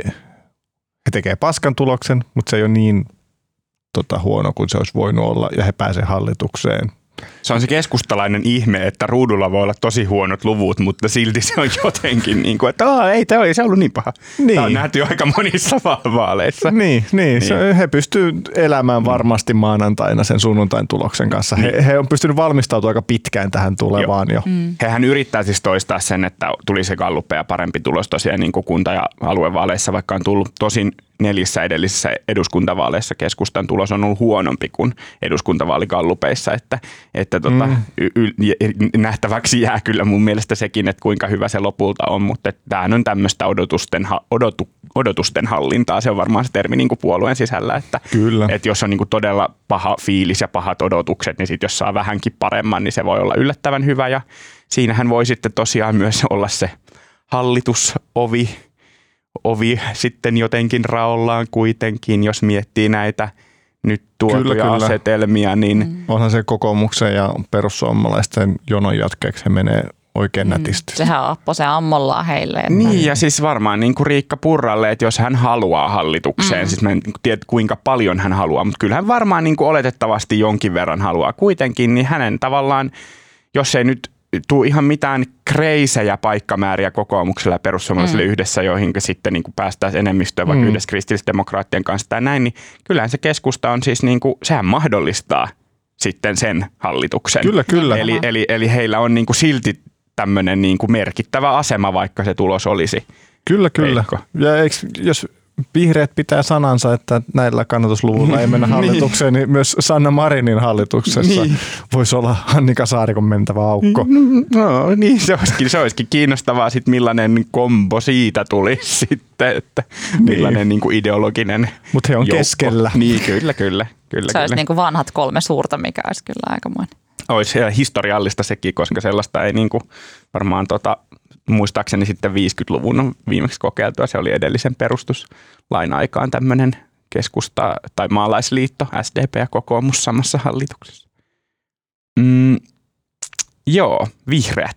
[SPEAKER 2] he tekee paskan tuloksen, mutta se ei ole niin tota, huono kuin se olisi voinut olla ja he pääsee hallitukseen.
[SPEAKER 1] Se on se keskustalainen ihme, että ruudulla voi olla tosi huonot luvut, mutta silti se on jotenkin niin kuin, että ei tämä ei ollut niin paha. Niin. Tämä on nähty aika monissa vaaleissa.
[SPEAKER 2] Niin, niin. niin. Se, he pystyvät elämään varmasti maanantaina sen sunnuntain tuloksen kanssa. He, niin. he on pystynyt valmistautumaan aika pitkään tähän tulevaan jo. jo.
[SPEAKER 3] Mm.
[SPEAKER 1] Hehän yrittää siis toistaa sen, että tuli se gallupeja parempi tulos tosiaan niin kuin kunta- ja aluevaaleissa, vaikka on tullut tosin neljässä edellisissä eduskuntavaaleissa keskustan tulos on ollut huonompi kuin eduskuntavaaligallupeissa, että, että tota, mm. y- y- nähtäväksi jää kyllä mun mielestä sekin, että kuinka hyvä se lopulta on, mutta tämähän on tämmöistä odotusten, odotu, odotusten hallintaa, se on varmaan se termi niin kuin puolueen sisällä, että, että jos on niin kuin todella paha fiilis ja pahat odotukset, niin sitten jos saa vähänkin paremman, niin se voi olla yllättävän hyvä ja siinähän voi sitten tosiaan myös olla se hallitusovi, ovi sitten jotenkin raollaan kuitenkin, jos miettii näitä nyt tuotuja kyllä, kyllä. asetelmia. Niin
[SPEAKER 2] mm. onhan se kokoomuksen ja perussuomalaisten jonon jatkeeksi he menee oikein nätisti.
[SPEAKER 3] Mm, sehän Apposen ammollaan heille. Että...
[SPEAKER 1] Niin ja siis varmaan niin kuin Riikka Purralle, että jos hän haluaa hallitukseen, mm. siis mä en tiedä kuinka paljon hän haluaa, mutta kyllähän varmaan niin kuin oletettavasti jonkin verran haluaa kuitenkin, niin hänen tavallaan, jos ei nyt tuu ihan mitään kreisejä paikkamääriä kokoomuksella ja perussuomalaisille mm. yhdessä, joihin sitten niin kuin päästään enemmistöön vaikka mm. yhdessä kristillisdemokraattien kanssa tai näin, niin kyllähän se keskusta on siis, niin kuin, sehän mahdollistaa sitten sen hallituksen.
[SPEAKER 2] Kyllä, kyllä.
[SPEAKER 1] Eli, eli, eli heillä on niin kuin silti tämmöinen niin kuin merkittävä asema, vaikka se tulos olisi.
[SPEAKER 2] Kyllä, kyllä.
[SPEAKER 1] Heikko.
[SPEAKER 2] Ja eikö, jos vihreät pitää sanansa, että näillä kannatusluvuilla ei mennä hallitukseen, niin myös Sanna Marinin hallituksessa niin. voisi olla Annika Saarikon mentävä aukko.
[SPEAKER 1] No niin, se olisikin, se olisikin kiinnostavaa sitten millainen kombo siitä tuli sitten, että millainen niin. Niin kuin ideologinen
[SPEAKER 2] Mutta he on
[SPEAKER 1] joukko.
[SPEAKER 2] Keskellä.
[SPEAKER 1] Niin, kyllä, kyllä. kyllä
[SPEAKER 3] se
[SPEAKER 1] kyllä.
[SPEAKER 3] olisi niin kuin vanhat kolme suurta, mikä olisi kyllä aikamoinen.
[SPEAKER 1] Olisi historiallista sekin, koska sellaista ei niin kuin varmaan tota, muistaakseni sitten viisikymmentäluvun on viimeksi kokeiltua. Se oli edellisen perustuslain aikaan tämmöinen keskusta tai maalaisliitto, S D P ja kokoomus samassa hallituksessa. Mm, joo, vihreät.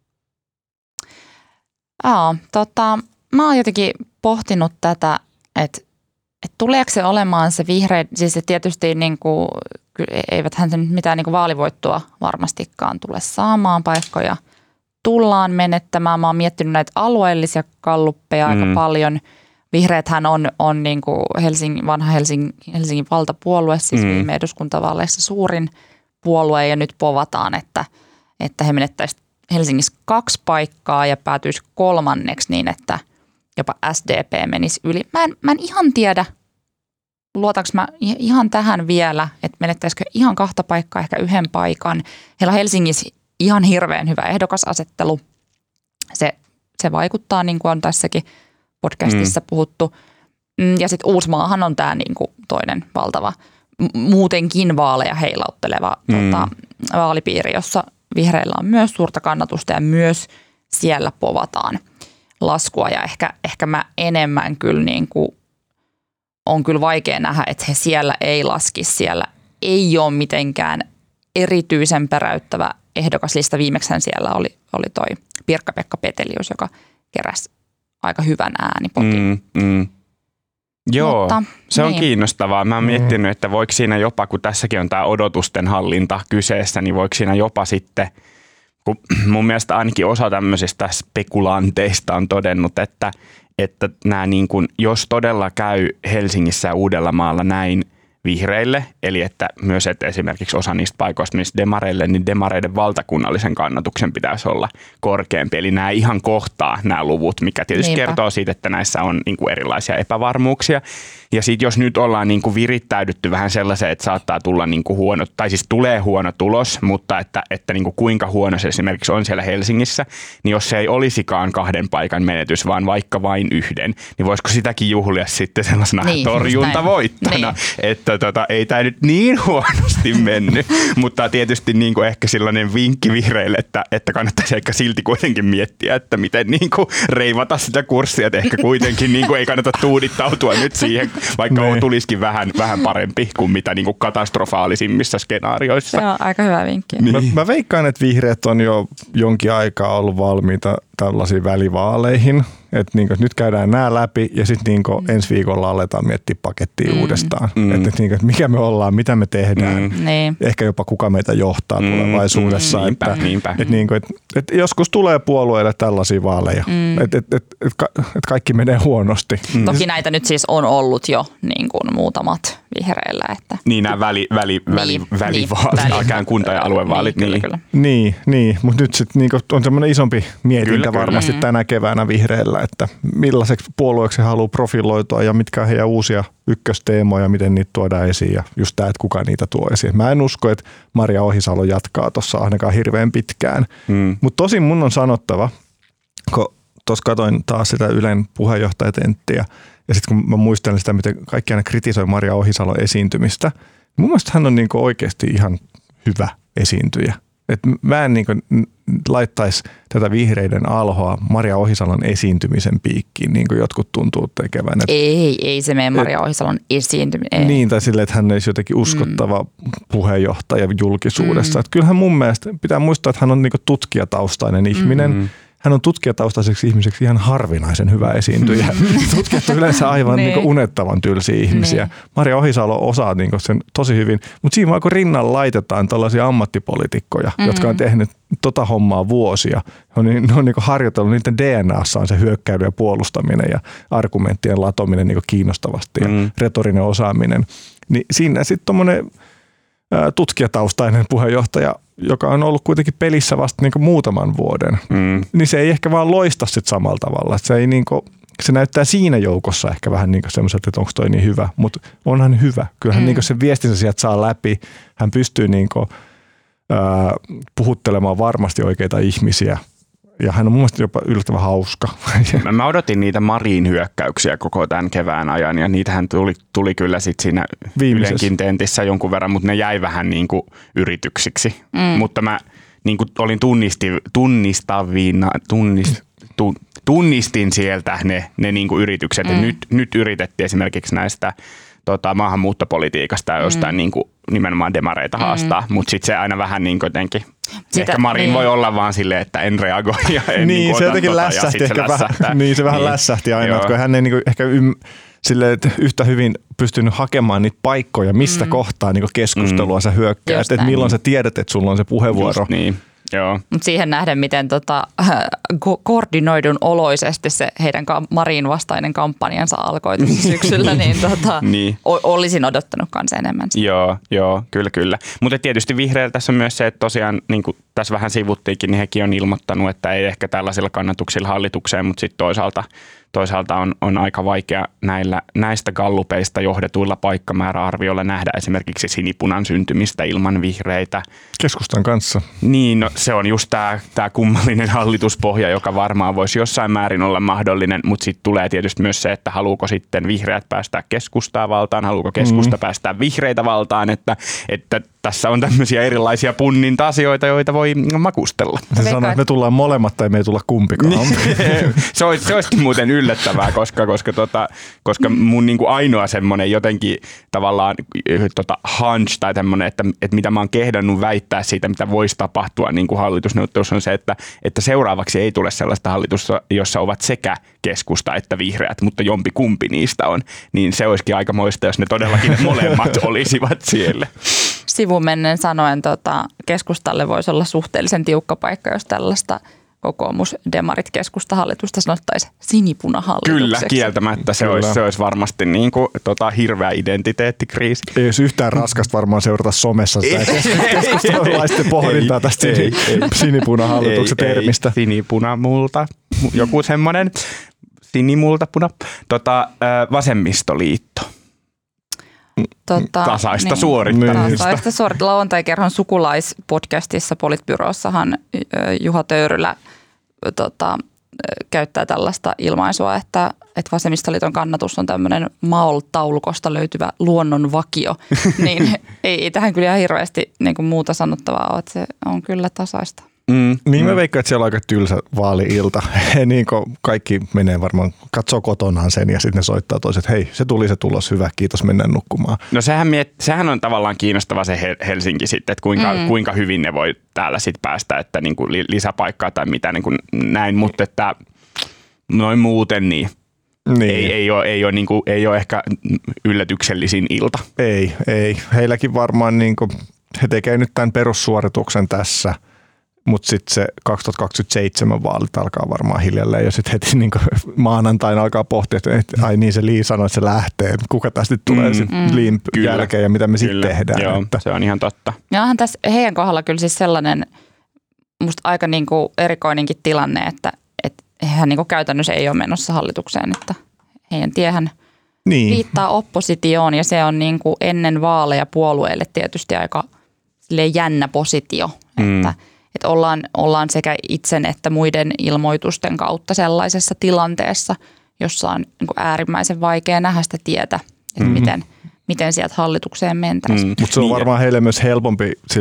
[SPEAKER 3] Aa, tota, mä oon jotenkin pohtinut tätä, että et tuleeko se olemaan se vihreä, siis se tietysti niin kuin, eiväthän se mitään niin kuin vaalivoittoa varmastikaan tule saamaan, paikkoja tullaan menettämään. Mä oon miettinyt näitä alueellisia galluppeja mm. aika paljon. Vihreäthän on, on niin kuin Helsingin, vanha Helsingin, Helsingin valtapuolue, siis mm. viime eduskuntavaaleissa suurin puolue, ja nyt povataan, että, että he menettäisivät Helsingissä kaksi paikkaa ja päätyisi kolmanneksi niin, että jopa S D P menisi yli. Mä en, mä en ihan tiedä, luotaanko mä ihan tähän vielä, että menettäisikö ihan kahta paikkaa, ehkä yhden paikan. Heillä on Helsingissä ihan hirveän hyvä ehdokasasettelu. Se, se vaikuttaa, niin kuin on tässäkin podcastissa mm. puhuttu. Ja sitten Uusmaahan on tämä niin kuin toinen valtava, muutenkin vaaleja heilautteleva mm. tota, vaalipiiri, jossa vihreillä on myös suurta kannatusta ja myös siellä povataan laskua. Ja ehkä, ehkä mä enemmän kyllä niin kuin on kyllä vaikea nähdä, että he siellä ei laskisi. Siellä ei ole mitenkään erityisen päräyttävä ehdokaslista. Viimeksään siellä oli, oli toi Pirkka-Pekka Petelius, joka keräsi aika hyvän äänipotin. Mm, mm.
[SPEAKER 1] Joo,
[SPEAKER 3] Mutta,
[SPEAKER 1] se on
[SPEAKER 3] niin.
[SPEAKER 1] kiinnostavaa. Mä oon miettinyt, että voiko siinä jopa, kun tässäkin on tämä odotusten hallinta kyseessä, niin voiko siinä jopa sitten, kun mun mielestä ainakin osa tämmöisistä spekulanteista on todennut, että, että nämä niin kuin, jos todella käy Helsingissä ja Uudellamaalla näin vihreille, eli että myös että esimerkiksi osa niistä paikoista menisi demareille, niin demareiden valtakunnallisen kannatuksen pitäisi olla korkeampi. Eli nämä ihan kohtaa nämä luvut, mikä tietysti Niinpä. kertoo siitä, että näissä on niin kuin erilaisia epävarmuuksia. Ja sitten jos nyt ollaan niin kuin virittäydytty vähän sellaiseen, että saattaa tulla niin kuin huono, tai siis tulee huono tulos, mutta että, että niin kuin kuinka huono se esimerkiksi on siellä Helsingissä, niin jos se ei olisikaan kahden paikan menetys, vaan vaikka vain yhden, niin voisiko sitäkin juhlia sitten sellaisena niin, torjuntavoittona, niin. että tota, ei tämä nyt niin huonosti mennyt, mutta tietysti niin kuin ehkä sellainen vinkki vihreille, että, että kannattaisi ehkä silti kuitenkin miettiä, että miten niin kuin reivata sitä kurssia, että ehkä kuitenkin niin kuin ei kannata tuudittautua nyt siihen, vaikka ne. tulisikin vähän, vähän parempi kuin mitä niin kuin katastrofaalisimmissa skenaarioissa.
[SPEAKER 3] Se on aika hyvä vinkki.
[SPEAKER 2] Niin. Mä, mä veikkaan, että vihreät on jo jonkin aikaa ollut valmiita tällaisiin välivaaleihin. Että niinku, nyt käydään nämä läpi ja sitten niinku mm. ensi viikolla aletaan miettiä pakettia mm. uudestaan. Mm. Että et niinku, et mikä me ollaan, mitä me tehdään. Mm. Ehkä jopa kuka meitä johtaa mm. tulevaisuudessa. Mm.
[SPEAKER 1] Niinpä,
[SPEAKER 2] että,
[SPEAKER 1] niinpä.
[SPEAKER 2] Et niinku, et, et joskus tulee puolueille tällaisia vaaleja. Mm. Että et, et, et, et kaikki menee huonosti.
[SPEAKER 3] Mm. Toki näitä nyt siis on ollut jo niin kuin muutamat vihreillä. Että...
[SPEAKER 1] Niin nämä väli, väli, väli, niin, välivaalit, niin, alkaen kunta- ja aluevaalit.
[SPEAKER 3] Niin, niin. Kyllä, kyllä.
[SPEAKER 2] niin, niin. Mutta nyt sit niinku on semmoinen isompi mietintä kyllä, varmasti
[SPEAKER 3] kyllä.
[SPEAKER 2] tänä keväänä vihreillä, että millaiseksi puolueeksi he haluaa profiloitua ja mitkä on heidän uusia ykkösteemoja, miten niitä tuodaan esiin ja just tämä, että kuka niitä tuo esiin. Mä en usko, että Maria Ohisalo jatkaa tuossa ainakaan hirveän pitkään. Mm. Mutta tosin mun on sanottava, kun tuossa katsoin taas sitä Ylen puheenjohtajatenttiä ja sitten kun mä muistelen sitä, miten kaikki aina kritisoi Maria Ohisalon esiintymistä, mun mielestä hän on niinku oikeasti ihan hyvä esiintyjä. Et mä en niin kuin laittaisi tätä vihreiden alhoa Maria Ohisalon esiintymisen piikkiin, niin kuin jotkut tuntuu tekevän. Et,
[SPEAKER 3] ei, ei se mene Maria Ohisalon esiintyminen.
[SPEAKER 2] Niin, tai silleen, että hän olisi jotenkin uskottava mm. puheenjohtaja julkisuudessa. Mm. Et kyllähän mun mielestä pitää muistaa, että hän on niin kuin tutkijataustainen ihminen. Mm. Hän on tutkijataustaiseksi ihmiseksi ihan harvinaisen hyvä esiintyjä. Tutkijat on yleensä aivan niin. niin unettavan tylsiä ihmisiä. Niin. Maria Ohisalo osaa niin sen tosi hyvin, mutta siinä vaan kun rinnalla laitetaan tällaisia ammattipoliitikkoja, mm-hmm. jotka on tehnyt tota hommaa vuosia. Ne on, ne on niin harjoitellut, niiden D N A:ssa on se hyökkäily ja puolustaminen ja argumenttien latominen niin kiinnostavasti ja mm. retorinen osaaminen. Niin siinä sitten tuommoinen tutkijataustainen puheenjohtaja, joka on ollut kuitenkin pelissä vasta niin muutaman vuoden, mm. niin se ei ehkä vaan loista sit samalla tavalla. Se, ei niin kuin, se näyttää siinä joukossa ehkä vähän niin semmoiselta, että onko toi niin hyvä, mutta onhan hyvä. Kyllähän mm. niin se viestinsä sieltä saa läpi. Hän pystyy niin kuin, äh, puhuttelemaan varmasti oikeita ihmisiä. Ja hän on mun mielestä jopa yllättävän hauska.
[SPEAKER 1] Mä odotin niitä Marin hyökkäyksiä koko tämän kevään ajan ja niitähän tuli, tuli kyllä sitten siinä Ylenkin tentissä jonkun verran, mutta ne jäi vähän niin kuin yrityksiksi. Mm. Mutta mä niin kuin olin tunnisti, tunnistavina, tunnist, tu, tunnistin sieltä ne, ne niin kuin yritykset. Mm. Ja nyt, nyt yritettiin esimerkiksi näistä tota, maahanmuuttopolitiikasta ja jostain mm. niin kuin nimenomaan demareita haastaa, mm. mutta sitten se aina vähän niin kuin jotenkin, sitä, ehkä Marin niin. voi olla vaan silleen, että en reagoi ja en
[SPEAKER 2] niin,
[SPEAKER 1] niin
[SPEAKER 2] se jotenkin
[SPEAKER 1] tota,
[SPEAKER 2] lässähti ehkä
[SPEAKER 1] se
[SPEAKER 2] vähän, niin se vähän niin. lässähti aina, että hän ei niin kuin ehkä ym, silleen, että yhtä hyvin pystynyt hakemaan niitä paikkoja, mistä mm. kohtaa niin kuin keskustelua mm. sä hyökkää, että milloin sä tiedät, että sulla on se puheenvuoro.
[SPEAKER 1] Just niin.
[SPEAKER 3] Mutta siihen nähden, miten tota, ko- koordinoidun oloisesti se heidän ka- Marin vastainen kampanjansa alkoi syksyllä, niin, tota, niin. O- olisin odottanut kanssa enemmän.
[SPEAKER 1] Joo, joo, kyllä, kyllä. Mutta tietysti vihreillä tässä on myös se, että tosiaan, niin kuin tässä vähän sivuttiinkin, niin hekin on ilmoittanut, että ei ehkä tällaisilla kannatuksilla hallitukseen, mutta sitten toisaalta, toisaalta on, on aika vaikea näillä, näistä gallupeista johdetuilla paikkamääräarvioilla nähdä esimerkiksi sinipunan syntymistä ilman vihreitä.
[SPEAKER 2] Keskustan kanssa.
[SPEAKER 1] Niin, no, se on just tämä tää kummallinen hallituspohja, joka varmaan voisi jossain määrin olla mahdollinen, mutta sitten tulee tietysti myös se, että haluuko sitten vihreät päästää keskustaa valtaan, haluuko keskusta mm. päästää vihreitä valtaan, että, että tässä on tämmöisiä erilaisia punninta-asioita, joita voi makustella.
[SPEAKER 2] Se sanoo, että me tullaan molemmat tai me ei tulla kumpikaan.
[SPEAKER 1] se, olisi, se olisikin muuten yllättävää, koska, koska, tota, koska mun niinku ainoa semmoinen jotenkin tavallaan tota hunch tai tämmöinen, että, että mitä mä oon kehdannut väittää siitä, mitä voisi tapahtua niin kuin hallitusneuvottelussa on se, että, että seuraavaksi ei tule sellaista hallitusta, jossa ovat sekä keskusta että vihreät, mutta jompi kumpi niistä on. Niin se olisikin aikamoista, jos ne todellakin molemmat olisivat siellä.
[SPEAKER 3] Sivumennen sanoen tota, keskustalle voisi olla suhteellisen tiukka paikka, jos tällaista kokoomus, demarit, keskustahallitusta sanottaisiin sinipunahallitukseksi.
[SPEAKER 1] Kyllä, kieltämättä. Se, Kyllä. Olisi, se olisi varmasti niin kuin, tota, hirveä identiteettikriisi.
[SPEAKER 2] Ei olisi yhtään raskasta varmaan seurata somessa sitä keskustalaisten pohdintaa tästä ei, ei, sinipunahallituksen ei, termistä.
[SPEAKER 1] Ei, sinipunamulta, joku semmoinen sinimultapuna. Tota, vasemmistoliitto.
[SPEAKER 3] Tota,
[SPEAKER 1] tasaista
[SPEAKER 3] niin,
[SPEAKER 1] suorittamista.
[SPEAKER 3] Tasaista suorittamista. Lauantai-kerhon sukulaispodcastissa Politbyroossahan Juha Töyrylä tota, käyttää tällaista ilmaisua, että, että vasemmistoliiton kannatus on tämmöinen M A O L-taulukosta löytyvä luonnonvakio. niin ei, ei tähän kyllä ihan hirveästi niin kuin muuta sanottavaa ole, että se on kyllä tasaista.
[SPEAKER 2] Mm, niin mä veikkaan, että siellä on aika tylsä vaali-ilta. niin kaikki menee varmaan, katsoo kotonaan sen ja sitten ne soittaa toiset, hei se tuli se tulos, hyvä, kiitos, mennään nukkumaan.
[SPEAKER 1] No sehän, miet, sehän on tavallaan kiinnostava se Helsinki sitten, että kuinka, mm. kuinka hyvin ne voi täällä sitten päästä, että niin kuin lisäpaikkaa tai mitä niin kuin näin, mutta että noin muuten niin. Niin. Ei, ei, ole, ei, ole, niin kuin, ei ole ehkä yllätyksellisin ilta.
[SPEAKER 2] Ei, ei. Heilläkin varmaan niin kuin, he tekee nyt tämän perussuorituksen tässä. Mutta sitten se kaksituhattakaksikymmentäseitsemän vaalit alkaa varmaan hiljalleen ja sitten heti niin maanantaina alkaa pohtia, että et, ai niin se Li sanoi, että se lähtee. Kuka tästä tulee mm, sitten mm. Liin jälkeen ja mitä me sitten tehdään.
[SPEAKER 1] Joo, että. Se on ihan totta.
[SPEAKER 3] Ja onhan tässä heidän kohdalla kyllä siis sellainen musta aika niin kuin erikoinenkin tilanne, että et hehän niin kuin käytännössä ei ole menossa hallitukseen, että heidän tiehän niin. viittaa oppositioon ja se on niin kuin ennen vaaleja puolueille tietysti aika jännä positio, mm. että Että ollaan, ollaan sekä itsen että muiden ilmoitusten kautta sellaisessa tilanteessa, jossa on niin kuin äärimmäisen vaikea nähdä sitä tietä, että mm-hmm. miten, miten sieltä hallitukseen mentäisiin. Mm.
[SPEAKER 2] Mutta se on varmaan heille myös helpompi silleen,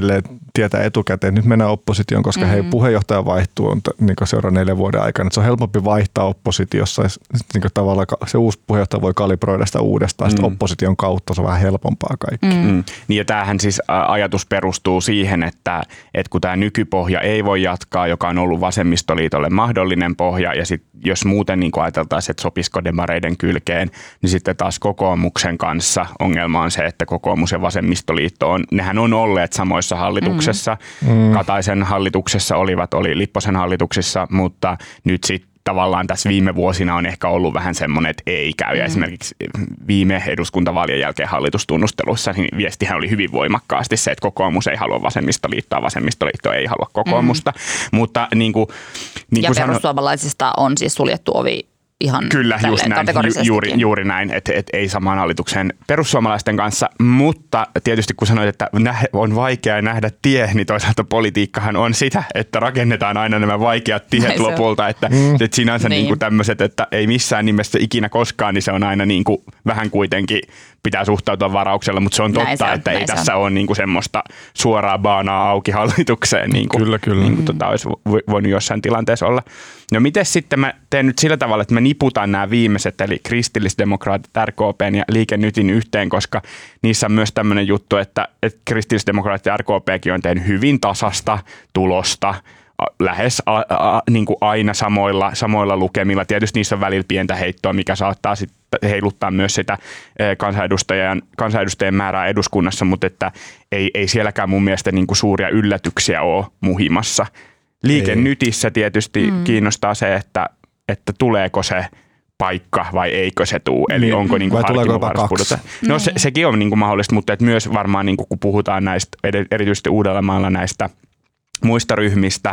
[SPEAKER 2] tietää etukäteen, nyt mennään oppositioon, koska mm-hmm. hei, puheenjohtaja vaihtuu on niin seuraavan neljän vuoden aikana. Että se on helpompi vaihtaa oppositiossa. Niin tavallaan se uusi puheenjohtaja voi kalibroida sitä uudestaan. Mm-hmm. opposition kautta se on vähän helpompaa kaikki.
[SPEAKER 1] Mm-hmm. Niin ja tämähän siis ajatus perustuu siihen, että, että kun tämä nykypohja ei voi jatkaa, joka on ollut vasemmistoliitolle mahdollinen pohja, ja sitten jos muuten niin ajateltaisiin, että sopisiko demareiden kylkeen, niin sitten taas kokoomuksen kanssa ongelma on se, että kokoomus ja vasemmistoliitto on, nehän on olleet samoissa hallituksessa. Mm. Kataisen hallituksessa olivat, oli Lipposen hallituksissa, mutta nyt sitten tavallaan tässä viime vuosina on ehkä ollut vähän semmoinen, että ei käy. Ja mm. esimerkiksi viime eduskuntavaalien jälkeen hallitustunnustelussa niin viestihän oli hyvin voimakkaasti se, että kokoomus ei halua vasemmistoliittoa, vasemmistoliitto ei halua kokoomusta. Mm. Mutta niin kuin, niin
[SPEAKER 3] ja
[SPEAKER 1] kuin
[SPEAKER 3] perussuomalaisista sano, on siis suljettu ovi ihan
[SPEAKER 1] kyllä, just näin, ju, juuri, juuri näin, että et ei samaan hallitukseen perussuomalaisten kanssa, mutta tietysti kun sanoit, että on vaikea nähdä tie, niin toisaalta politiikkahan on sitä, että rakennetaan aina nämä vaikeat tiet lopulta, että, mm. että sinänsä niin. Niin tämmöiset, että ei missään nimessä ikinä koskaan, niin se on aina niin kuin vähän kuitenkin pitää suhtautua varauksella, mutta se on totta, se on, että ei tässä on niin kuin semmoista suoraa baanaa auki hallitukseen, niin kuin,
[SPEAKER 2] kyllä, kyllä.
[SPEAKER 1] Niin kuin tota olisi voinut jossain tilanteessa olla. No miten sitten mä teen nyt sillä tavalla, että mä niputan nämä viimeiset, eli kristillisdemokraatit, R K P:n ja Liike Nytin yhteen, koska niissä on myös tämmöinen juttu, että, että kristillisdemokraatit ja R K P:kin on tehnyt hyvin tasasta tulosta, lähes a, a, niin kuin aina samoilla, samoilla lukemilla. Tietysti niissä on välillä pientä heittoa, mikä saattaa sitten heiluttaa myös sitä kansanedustajien, kansanedustajien määrää eduskunnassa, mutta että ei, ei sielläkään mun mielestä niin kuin suuria yllätyksiä ole muhimassa. Liike Nytissä tietysti mm. kiinnostaa se, että, että tuleeko se paikka vai eikö se tule, eli niin, onko niin kuin harkinnanvaraista pudota. No se, sekin on niin kuin mahdollista, mutta että myös varmaan niin kuin, kun puhutaan näistä, erityisesti Uudellamaalla näistä muista ryhmistä,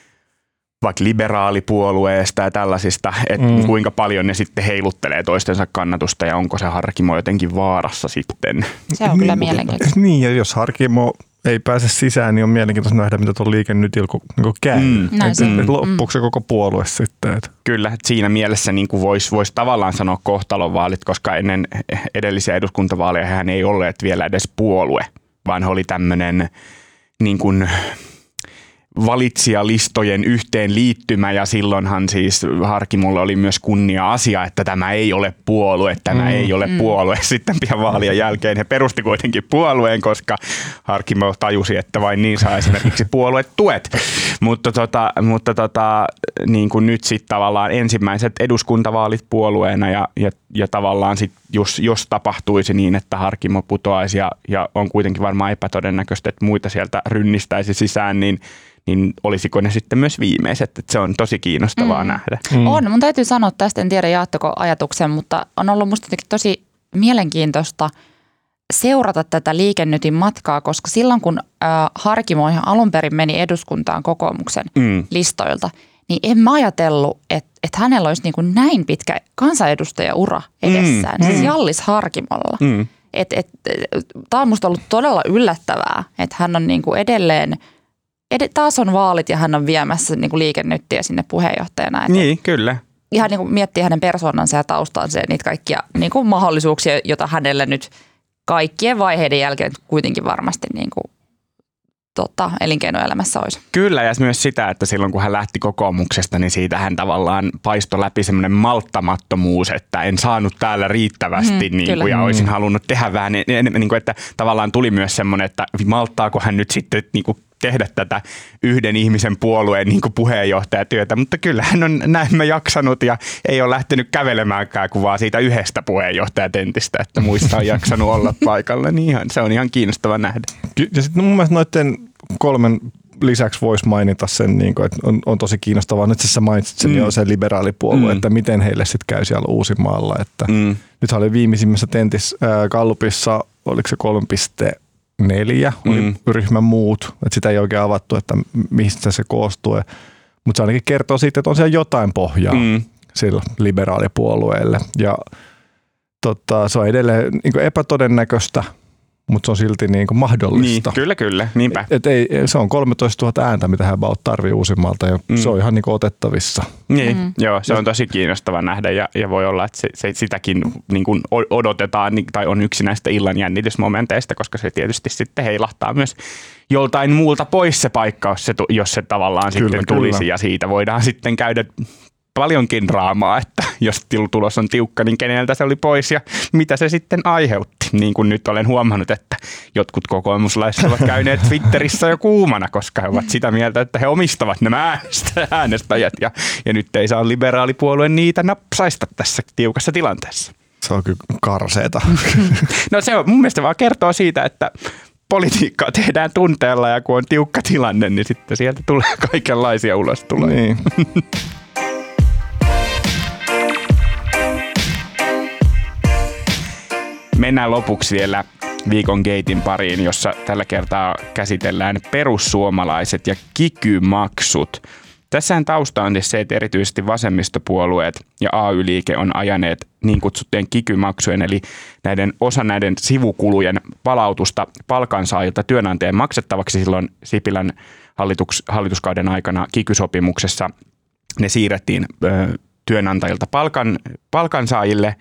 [SPEAKER 1] vaikka liberaalipuolueesta ja tällaisista, että mm. kuinka paljon ne sitten heiluttelee toistensa kannatusta ja onko se Harkimo jotenkin vaarassa sitten.
[SPEAKER 3] Se on kyllä mielenkiintoista.
[SPEAKER 2] Niin, ja jos Harkimo ei pääse sisään, niin on mielenkiintoista nähdä, mitä tuon Liike Nytillä niin käy. Mm. Että et loppuuko se koko puolue sitten? Et.
[SPEAKER 1] Kyllä, että siinä mielessä niin voisi vois tavallaan sanoa kohtalonvaalit, koska ennen edellisiä eduskuntavaaleja hän ei olleet vielä edes puolue, vaan he oli tämmöinen niin kuin valitsijalistojen yhteen liittymä, ja silloinhan siis Harkimolle oli myös kunnia-asia, että tämä ei ole puolue, tämä mm. ei ole mm. puolue. Sitten pian vaalien jälkeen he perusti kuitenkin puolueen, koska Harkimo tajusi, että vain niin saa esimerkiksi puoluetuet. Mutta, tota, mutta tota, niin kuin nyt sitten tavallaan ensimmäiset eduskuntavaalit puolueena, ja, ja, ja tavallaan sit jos, jos tapahtuisi niin, että Harkimo putoaisi, ja, ja on kuitenkin varmaan epätodennäköistä, että muita sieltä rynnistäisi sisään, niin niin olisiko ne sitten myös viimeiset, että se on tosi kiinnostavaa mm. nähdä.
[SPEAKER 3] Mm. On, mun täytyy sanoa tästä, en tiedä jaatteko ajatuksen, mutta on ollut musta tosi mielenkiintoista seurata tätä Liike Nytin matkaa, koska silloin kun äh, Harkimo ihan alun perin meni eduskuntaan kokoomuksen mm. listoilta, niin en mä ajatellut, että, että hänellä olisi niin kuin näin pitkä kansanedustajaura edessään, mm. siis mm. Jallis Harkimolla. Mm. Et, et, tämä on musta ollut todella yllättävää, että hän on niin kuin edelleen Ed- taas on vaalit ja hän on viemässä niin kuin Liike Nyttiä sinne puheenjohtajana.
[SPEAKER 1] Niin, kyllä.
[SPEAKER 3] Ihan niin kuin miettii hänen persoonansa ja taustansa ja niitä kaikkia niin kuin mahdollisuuksia, joita hänelle nyt kaikkien vaiheiden jälkeen kuitenkin varmasti niin kuin, tota, elinkeinoelämässä olisi.
[SPEAKER 1] Kyllä, ja myös sitä, että silloin kun hän lähti kokoomuksesta, niin siitä hän tavallaan paistoi läpi semmoinen malttamattomuus, että en saanut täällä riittävästi mm, niin kuin, ja olisin halunnut tehdä vähän enemmän, niin kuin, että tavallaan tuli myös semmoinen, että malttaako hän nyt sitten niin kuin tehdä tätä yhden ihmisen puolueen niin kuin puheenjohtajatyötä, mutta kyllä hän on näin jaksanut ja ei ole lähtenyt kävelemäänkään kuin vaan siitä yhdestä puheenjohtajatentistä, että muista on jaksanut olla paikalla, niin ihan, se on ihan kiinnostava nähdä.
[SPEAKER 2] Ja sitten mun mielestä noiden kolmen lisäksi voisi mainita sen, niin kuin, että on, on tosi kiinnostavaa, nyt sä mainitsit sen, mm. niin on se liberaalipuolue, mm. että miten heille sitten käy siellä Uusimaalla, että mm. nythän oli viimeisimmässä tentissä äh, Gallupissa, oliko se kolme pilkku neljä oli mm. ryhmän muut, että sitä ei oikein avattu, että mistä se koostuu. Mutta se ainakin kertoo siitä, että on siellä jotain pohjaa mm. sillä liberaalipuolueelle. Ja tota, se on edelleen niin kuin epätodennäköistä, mutta se on silti niin kuin mahdollista.
[SPEAKER 1] Niin, kyllä, kyllä, niinpä.
[SPEAKER 2] Et ei, se on kolmetoistatuhatta ääntä, mitä hän about tarvii Uusimmalta, ja mm. se on ihan niin kuin otettavissa.
[SPEAKER 1] Niin, mm. joo, se on tosi kiinnostava nähdä, ja, ja voi olla, että se, se, sitäkin niin kuin odotetaan, tai on yksi näistä illan jännitysmomenteista, koska se tietysti sitten heilahtaa myös joltain muulta pois se paikka, jos se, jos se tavallaan kyllä, sitten tulisi, kyllä. Ja siitä voidaan sitten käydä paljonkin draamaa, että jos tulos on tiukka, niin keneltä se oli pois ja mitä se sitten aiheutti. Niin kuin nyt olen huomannut, että jotkut kokoomuslaiset ovat käyneet Twitterissä jo kuumana, koska he ovat sitä mieltä, että he omistavat nämä äänestäjät ja, ja nyt ei saa liberaalipuolue niitä napsaista tässä tiukassa tilanteessa.
[SPEAKER 2] Se on kyllä karseeta.
[SPEAKER 1] No se on, mun mielestä vaan kertoo siitä, että politiikkaa tehdään tunteella ja kun on tiukka tilanne, niin sitten sieltä tulee kaikenlaisia ulostuloja.
[SPEAKER 2] Niin.
[SPEAKER 1] Mennään lopuksi vielä viikon gatein pariin, jossa tällä kertaa käsitellään perussuomalaiset ja kiky-maksut. Tässähän tausta on se, että erityisesti vasemmistopuolueet ja A Y-liike on ajaneet niin kutsuttujen kiky-maksujen, eli näiden, osa näiden sivukulujen palautusta palkansaajilta työnantajien maksettavaksi silloin Sipilän hallitus, hallituskauden aikana kiky-sopimuksessa. Ne siirrettiin ö, työnantajilta palkan, palkansaajille,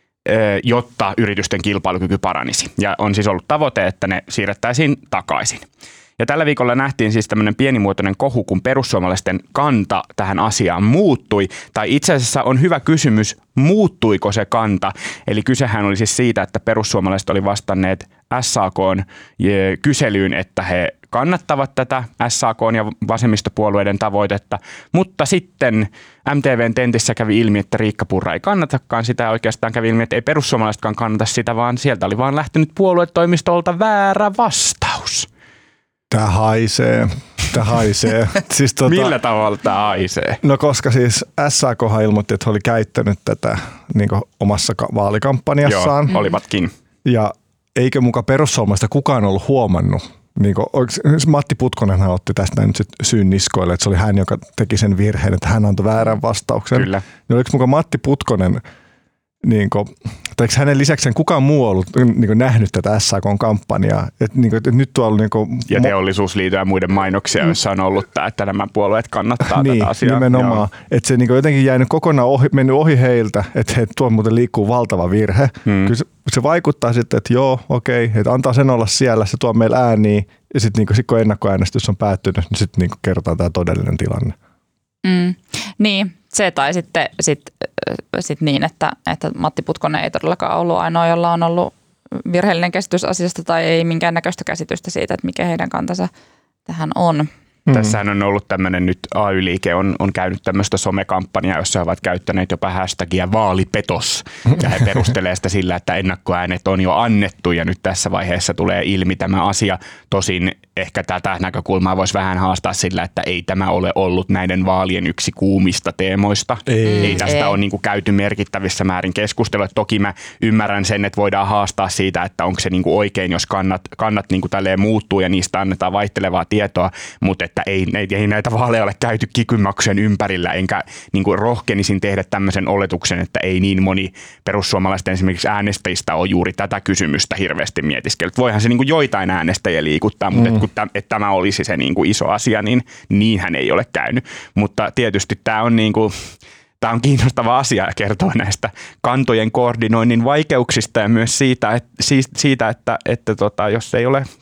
[SPEAKER 1] jotta yritysten kilpailukyky paranisi. Ja on siis ollut tavoite, että ne siirrettäisiin takaisin. Ja tällä viikolla nähtiin siis tämmöinen pienimuotoinen kohu, kun perussuomalaisten kanta tähän asiaan muuttui. Tai itse asiassa on hyvä kysymys, muuttuiko se kanta? Eli kysehän oli siis siitä, että perussuomalaiset oli vastanneet S A K:n kyselyyn, että he kannattavat tätä S A K:n ja vasemmistopuolueiden tavoitetta, mutta sitten M T V:n tentissä kävi ilmi, että Riikka Purra ei kannatakaan sitä ja oikeastaan kävi ilmi, että ei perussuomalaisetkaan kannata sitä, vaan sieltä oli vaan lähtenyt puoluetoimistolta väärä vastaus.
[SPEAKER 2] Tää haisee. Tää haisee. Siis tota,
[SPEAKER 1] millä tavalla tää haisee?
[SPEAKER 2] No koska siis S A K ilmoitti, että he oli käyttänyt tätä niin omassa vaalikampanjassaan.
[SPEAKER 1] Joo, olivatkin.
[SPEAKER 2] Ja eikö muka perussuomalaista kukaan ollut huomannut? Niin kuin, Matti Putkonenhan otti tästä nyt syyn niskoille, että se oli hän, joka teki sen virheen, että hän antoi väärän vastauksen.
[SPEAKER 1] Kyllä.
[SPEAKER 2] Niin oliko muka Matti Putkonen, niin kuin, tai eikö hänen lisäksi kukaan muu ollut niin kuin, nähnyt tätä S A K-kampanjaa? Että, niin kuin, että nyt tuolla, niin kuin,
[SPEAKER 1] ja Teollisuusliiton ja muiden mainoksia, joissa on ollut tämä, että nämä puolueet kannattaa
[SPEAKER 2] niin,
[SPEAKER 1] tätä asiaa.
[SPEAKER 2] Nimenomaan. Että se niin kuin, jotenkin jäänyt kokonaan ohi, mennyt ohi heiltä, että he, tuo muuten liikkuu valtava virhe. Hmm. Kyllä se, se vaikuttaa sitten, että joo, okei, että antaa sen olla siellä, se tuo meillä ääniä. Ja sitten niin sit, kun ennakkoäänestys on päättynyt, niin sitten niin kerrotaan tämä todellinen tilanne.
[SPEAKER 3] Mm. Niin, se tai sitten sit, sit niin, että, että Matti Putkonen ei todellakaan ollut ainoa, jolla on ollut virheellinen käsitys asiasta tai ei minkäännäköistä käsitystä siitä, että mikä heidän kantansa tähän on.
[SPEAKER 1] Mm. Tässähän on ollut tämmöinen nyt A Y-liike on, on käynyt tämmöistä somekampanjaa, jossa he ovat käyttäneet jopa hashtagia vaalipetos. Ja he perustelee sitä sillä, että ennakkoäänet on jo annettu ja nyt tässä vaiheessa tulee ilmi tämä asia. Tosin ehkä tätä näkökulmaa voisi vähän haastaa sillä, että ei tämä ole ollut näiden vaalien yksi kuumista teemoista. Ei, ei tästä ei. ole niin kuin käyty merkittävissä määrin keskustelua. Toki mä ymmärrän sen, että voidaan haastaa siitä, että onko se niin kuin oikein, jos kannat, kannat niin kuin tälleen muuttuu ja niistä annetaan vaihtelevaa tietoa, mutta että ei, ei näitä vaaleja ole käyty kikymaksujen ympärillä, enkä niin kuin rohkenisin tehdä tämmöisen oletuksen, että ei niin moni perussuomalaisten esimerkiksi äänestäjistä ole juuri tätä kysymystä hirveästi mietiskellyt. Voihan se niin kuin joitain äänestäjiä liikuttaa, mutta mm. et kun täm, et tämä olisi se niin kuin iso asia, niin niinhän ei ole käynyt. Mutta tietysti tämä on niin kuin Tämä on kiinnostava asia ja kertoo näistä kantojen koordinoinnin vaikeuksista ja myös siitä, että, siitä, että, että tota, jos ei ole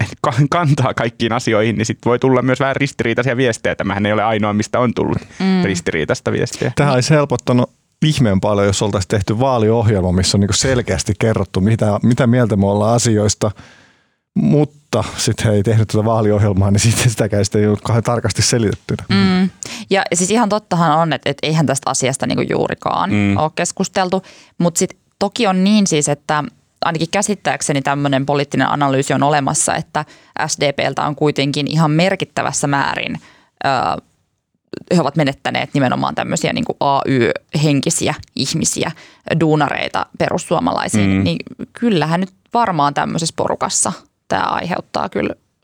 [SPEAKER 1] kantaa kaikkiin asioihin, niin sitten voi tulla myös vähän ristiriitaisia viestejä. Tämähän ei ole ainoa, mistä on tullut mm. ristiriitaista viestiä.
[SPEAKER 2] Tähän olisi helpottanut ihmeen paljon, jos oltaisiin tehty vaaliohjelma, missä on niinku selkeästi kerrottu, mitä, mitä mieltä me ollaan asioista, mutta sitten he ei tehnyt tätä vaaliohjelmaa, niin sitten sitäkään sitä ei ollut kauhean tarkasti selitettynä.
[SPEAKER 3] Mm. Ja siis ihan tottahan on, että, että eihän tästä asiasta niinku juurikaan mm. ole keskusteltu, mutta sitten toki on niin siis, että ainakin käsittääkseni tämmöinen poliittinen analyysi on olemassa, että S D P:ltä on kuitenkin ihan merkittävässä määrin, ö, he ovat menettäneet nimenomaan tämmöisiä niin kuin A Y-henkisiä ihmisiä, duunareita perussuomalaisiin, mm. niin kyllähän nyt varmaan tämmöisessä porukassa tämä aiheuttaa kyllä,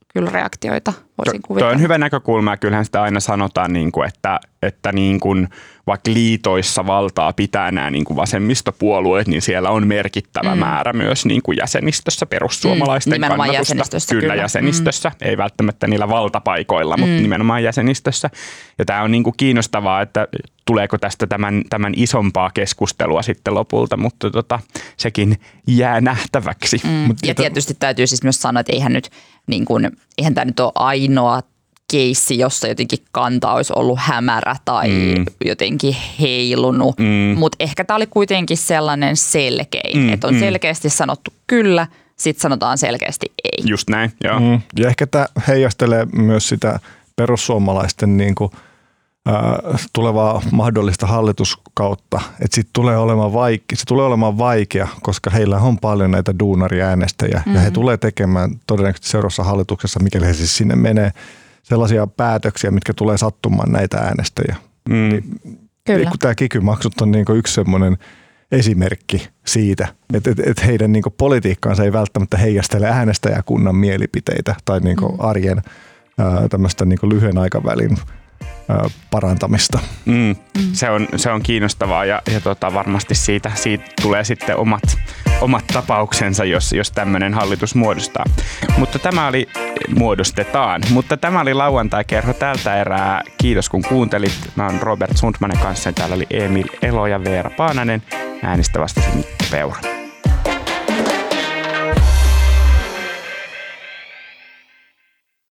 [SPEAKER 3] kyllä reaktioita, voisin
[SPEAKER 1] to,
[SPEAKER 3] kuvitella.
[SPEAKER 1] Tuo on hyvä näkökulma ja kyllähän sitä aina sanotaan, niin kuin, että, että niin kuin, vaikka liitoissa valtaa pitää nämä niin kuin vasemmistopuolueet, niin siellä on merkittävä mm. määrä myös niin kuin jäsenistössä perussuomalaisten mm,
[SPEAKER 3] nimenomaan
[SPEAKER 1] kannatusta.
[SPEAKER 3] Jäsenistössä,
[SPEAKER 1] kyllä,
[SPEAKER 3] kyllä.
[SPEAKER 1] jäsenistössä, mm. ei välttämättä niillä valtapaikoilla, mutta
[SPEAKER 3] mm.
[SPEAKER 1] nimenomaan jäsenistössä. Ja tämä on niin kuin kiinnostavaa, että tuleeko tästä tämän, tämän isompaa keskustelua sitten lopulta, mutta tota, sekin jää nähtäväksi.
[SPEAKER 3] Mm.
[SPEAKER 1] Mut
[SPEAKER 3] ja tietysti täytyy siis myös sanoa, että eihän, nyt, niin kuin, eihän tämä nyt ole ainoa keissi, jossa jotenkin kanta olisi ollut hämärä tai mm. jotenkin heilunut, mm. mutta ehkä tämä oli kuitenkin sellainen selkein, mm. että on mm. selkeästi sanottu kyllä, sitten sanotaan selkeästi ei.
[SPEAKER 1] Just näin, joo.
[SPEAKER 2] Mm. Ja ehkä tämä heijastelee myös sitä perussuomalaisten niin kuin tulevaa mahdollista hallituskautta, että sit tulee olemaan vaikea, se tulee olemaan vaikea, koska heillä on paljon näitä duunariäänestäjiä mm-hmm. ja he tulee tekemään todennäköisesti seuraavassa hallituksessa, mikäli he siis sinne menee, sellaisia päätöksiä, mitkä tulee sattumaan näitä äänestäjiä.
[SPEAKER 1] Mm.
[SPEAKER 2] Kyllä. Kun tämä kiky-maksut on niinku yksi semmoinen esimerkki siitä, että et, et heidän niinku politiikkaansa ei välttämättä heijastele äänestäjäkunnan mielipiteitä tai niinku mm. arjen ää, tämmöistä niinku lyhyen aikavälin parantamista.
[SPEAKER 1] Mm. Mm. Se, on, se on kiinnostavaa ja, ja tota, varmasti siitä, siitä tulee sitten omat, omat tapauksensa, jos, jos tämmöinen hallitus muodostaa. Mutta tämä oli, muodostetaan, mutta tämä oli lauantai-kerho tältä erää. Kiitos kun kuuntelit. Mä oon Robert Sundmanin kanssa. Täällä oli Emil Elo ja Veera Paananen. Äänistä vastasi Mikko Peura.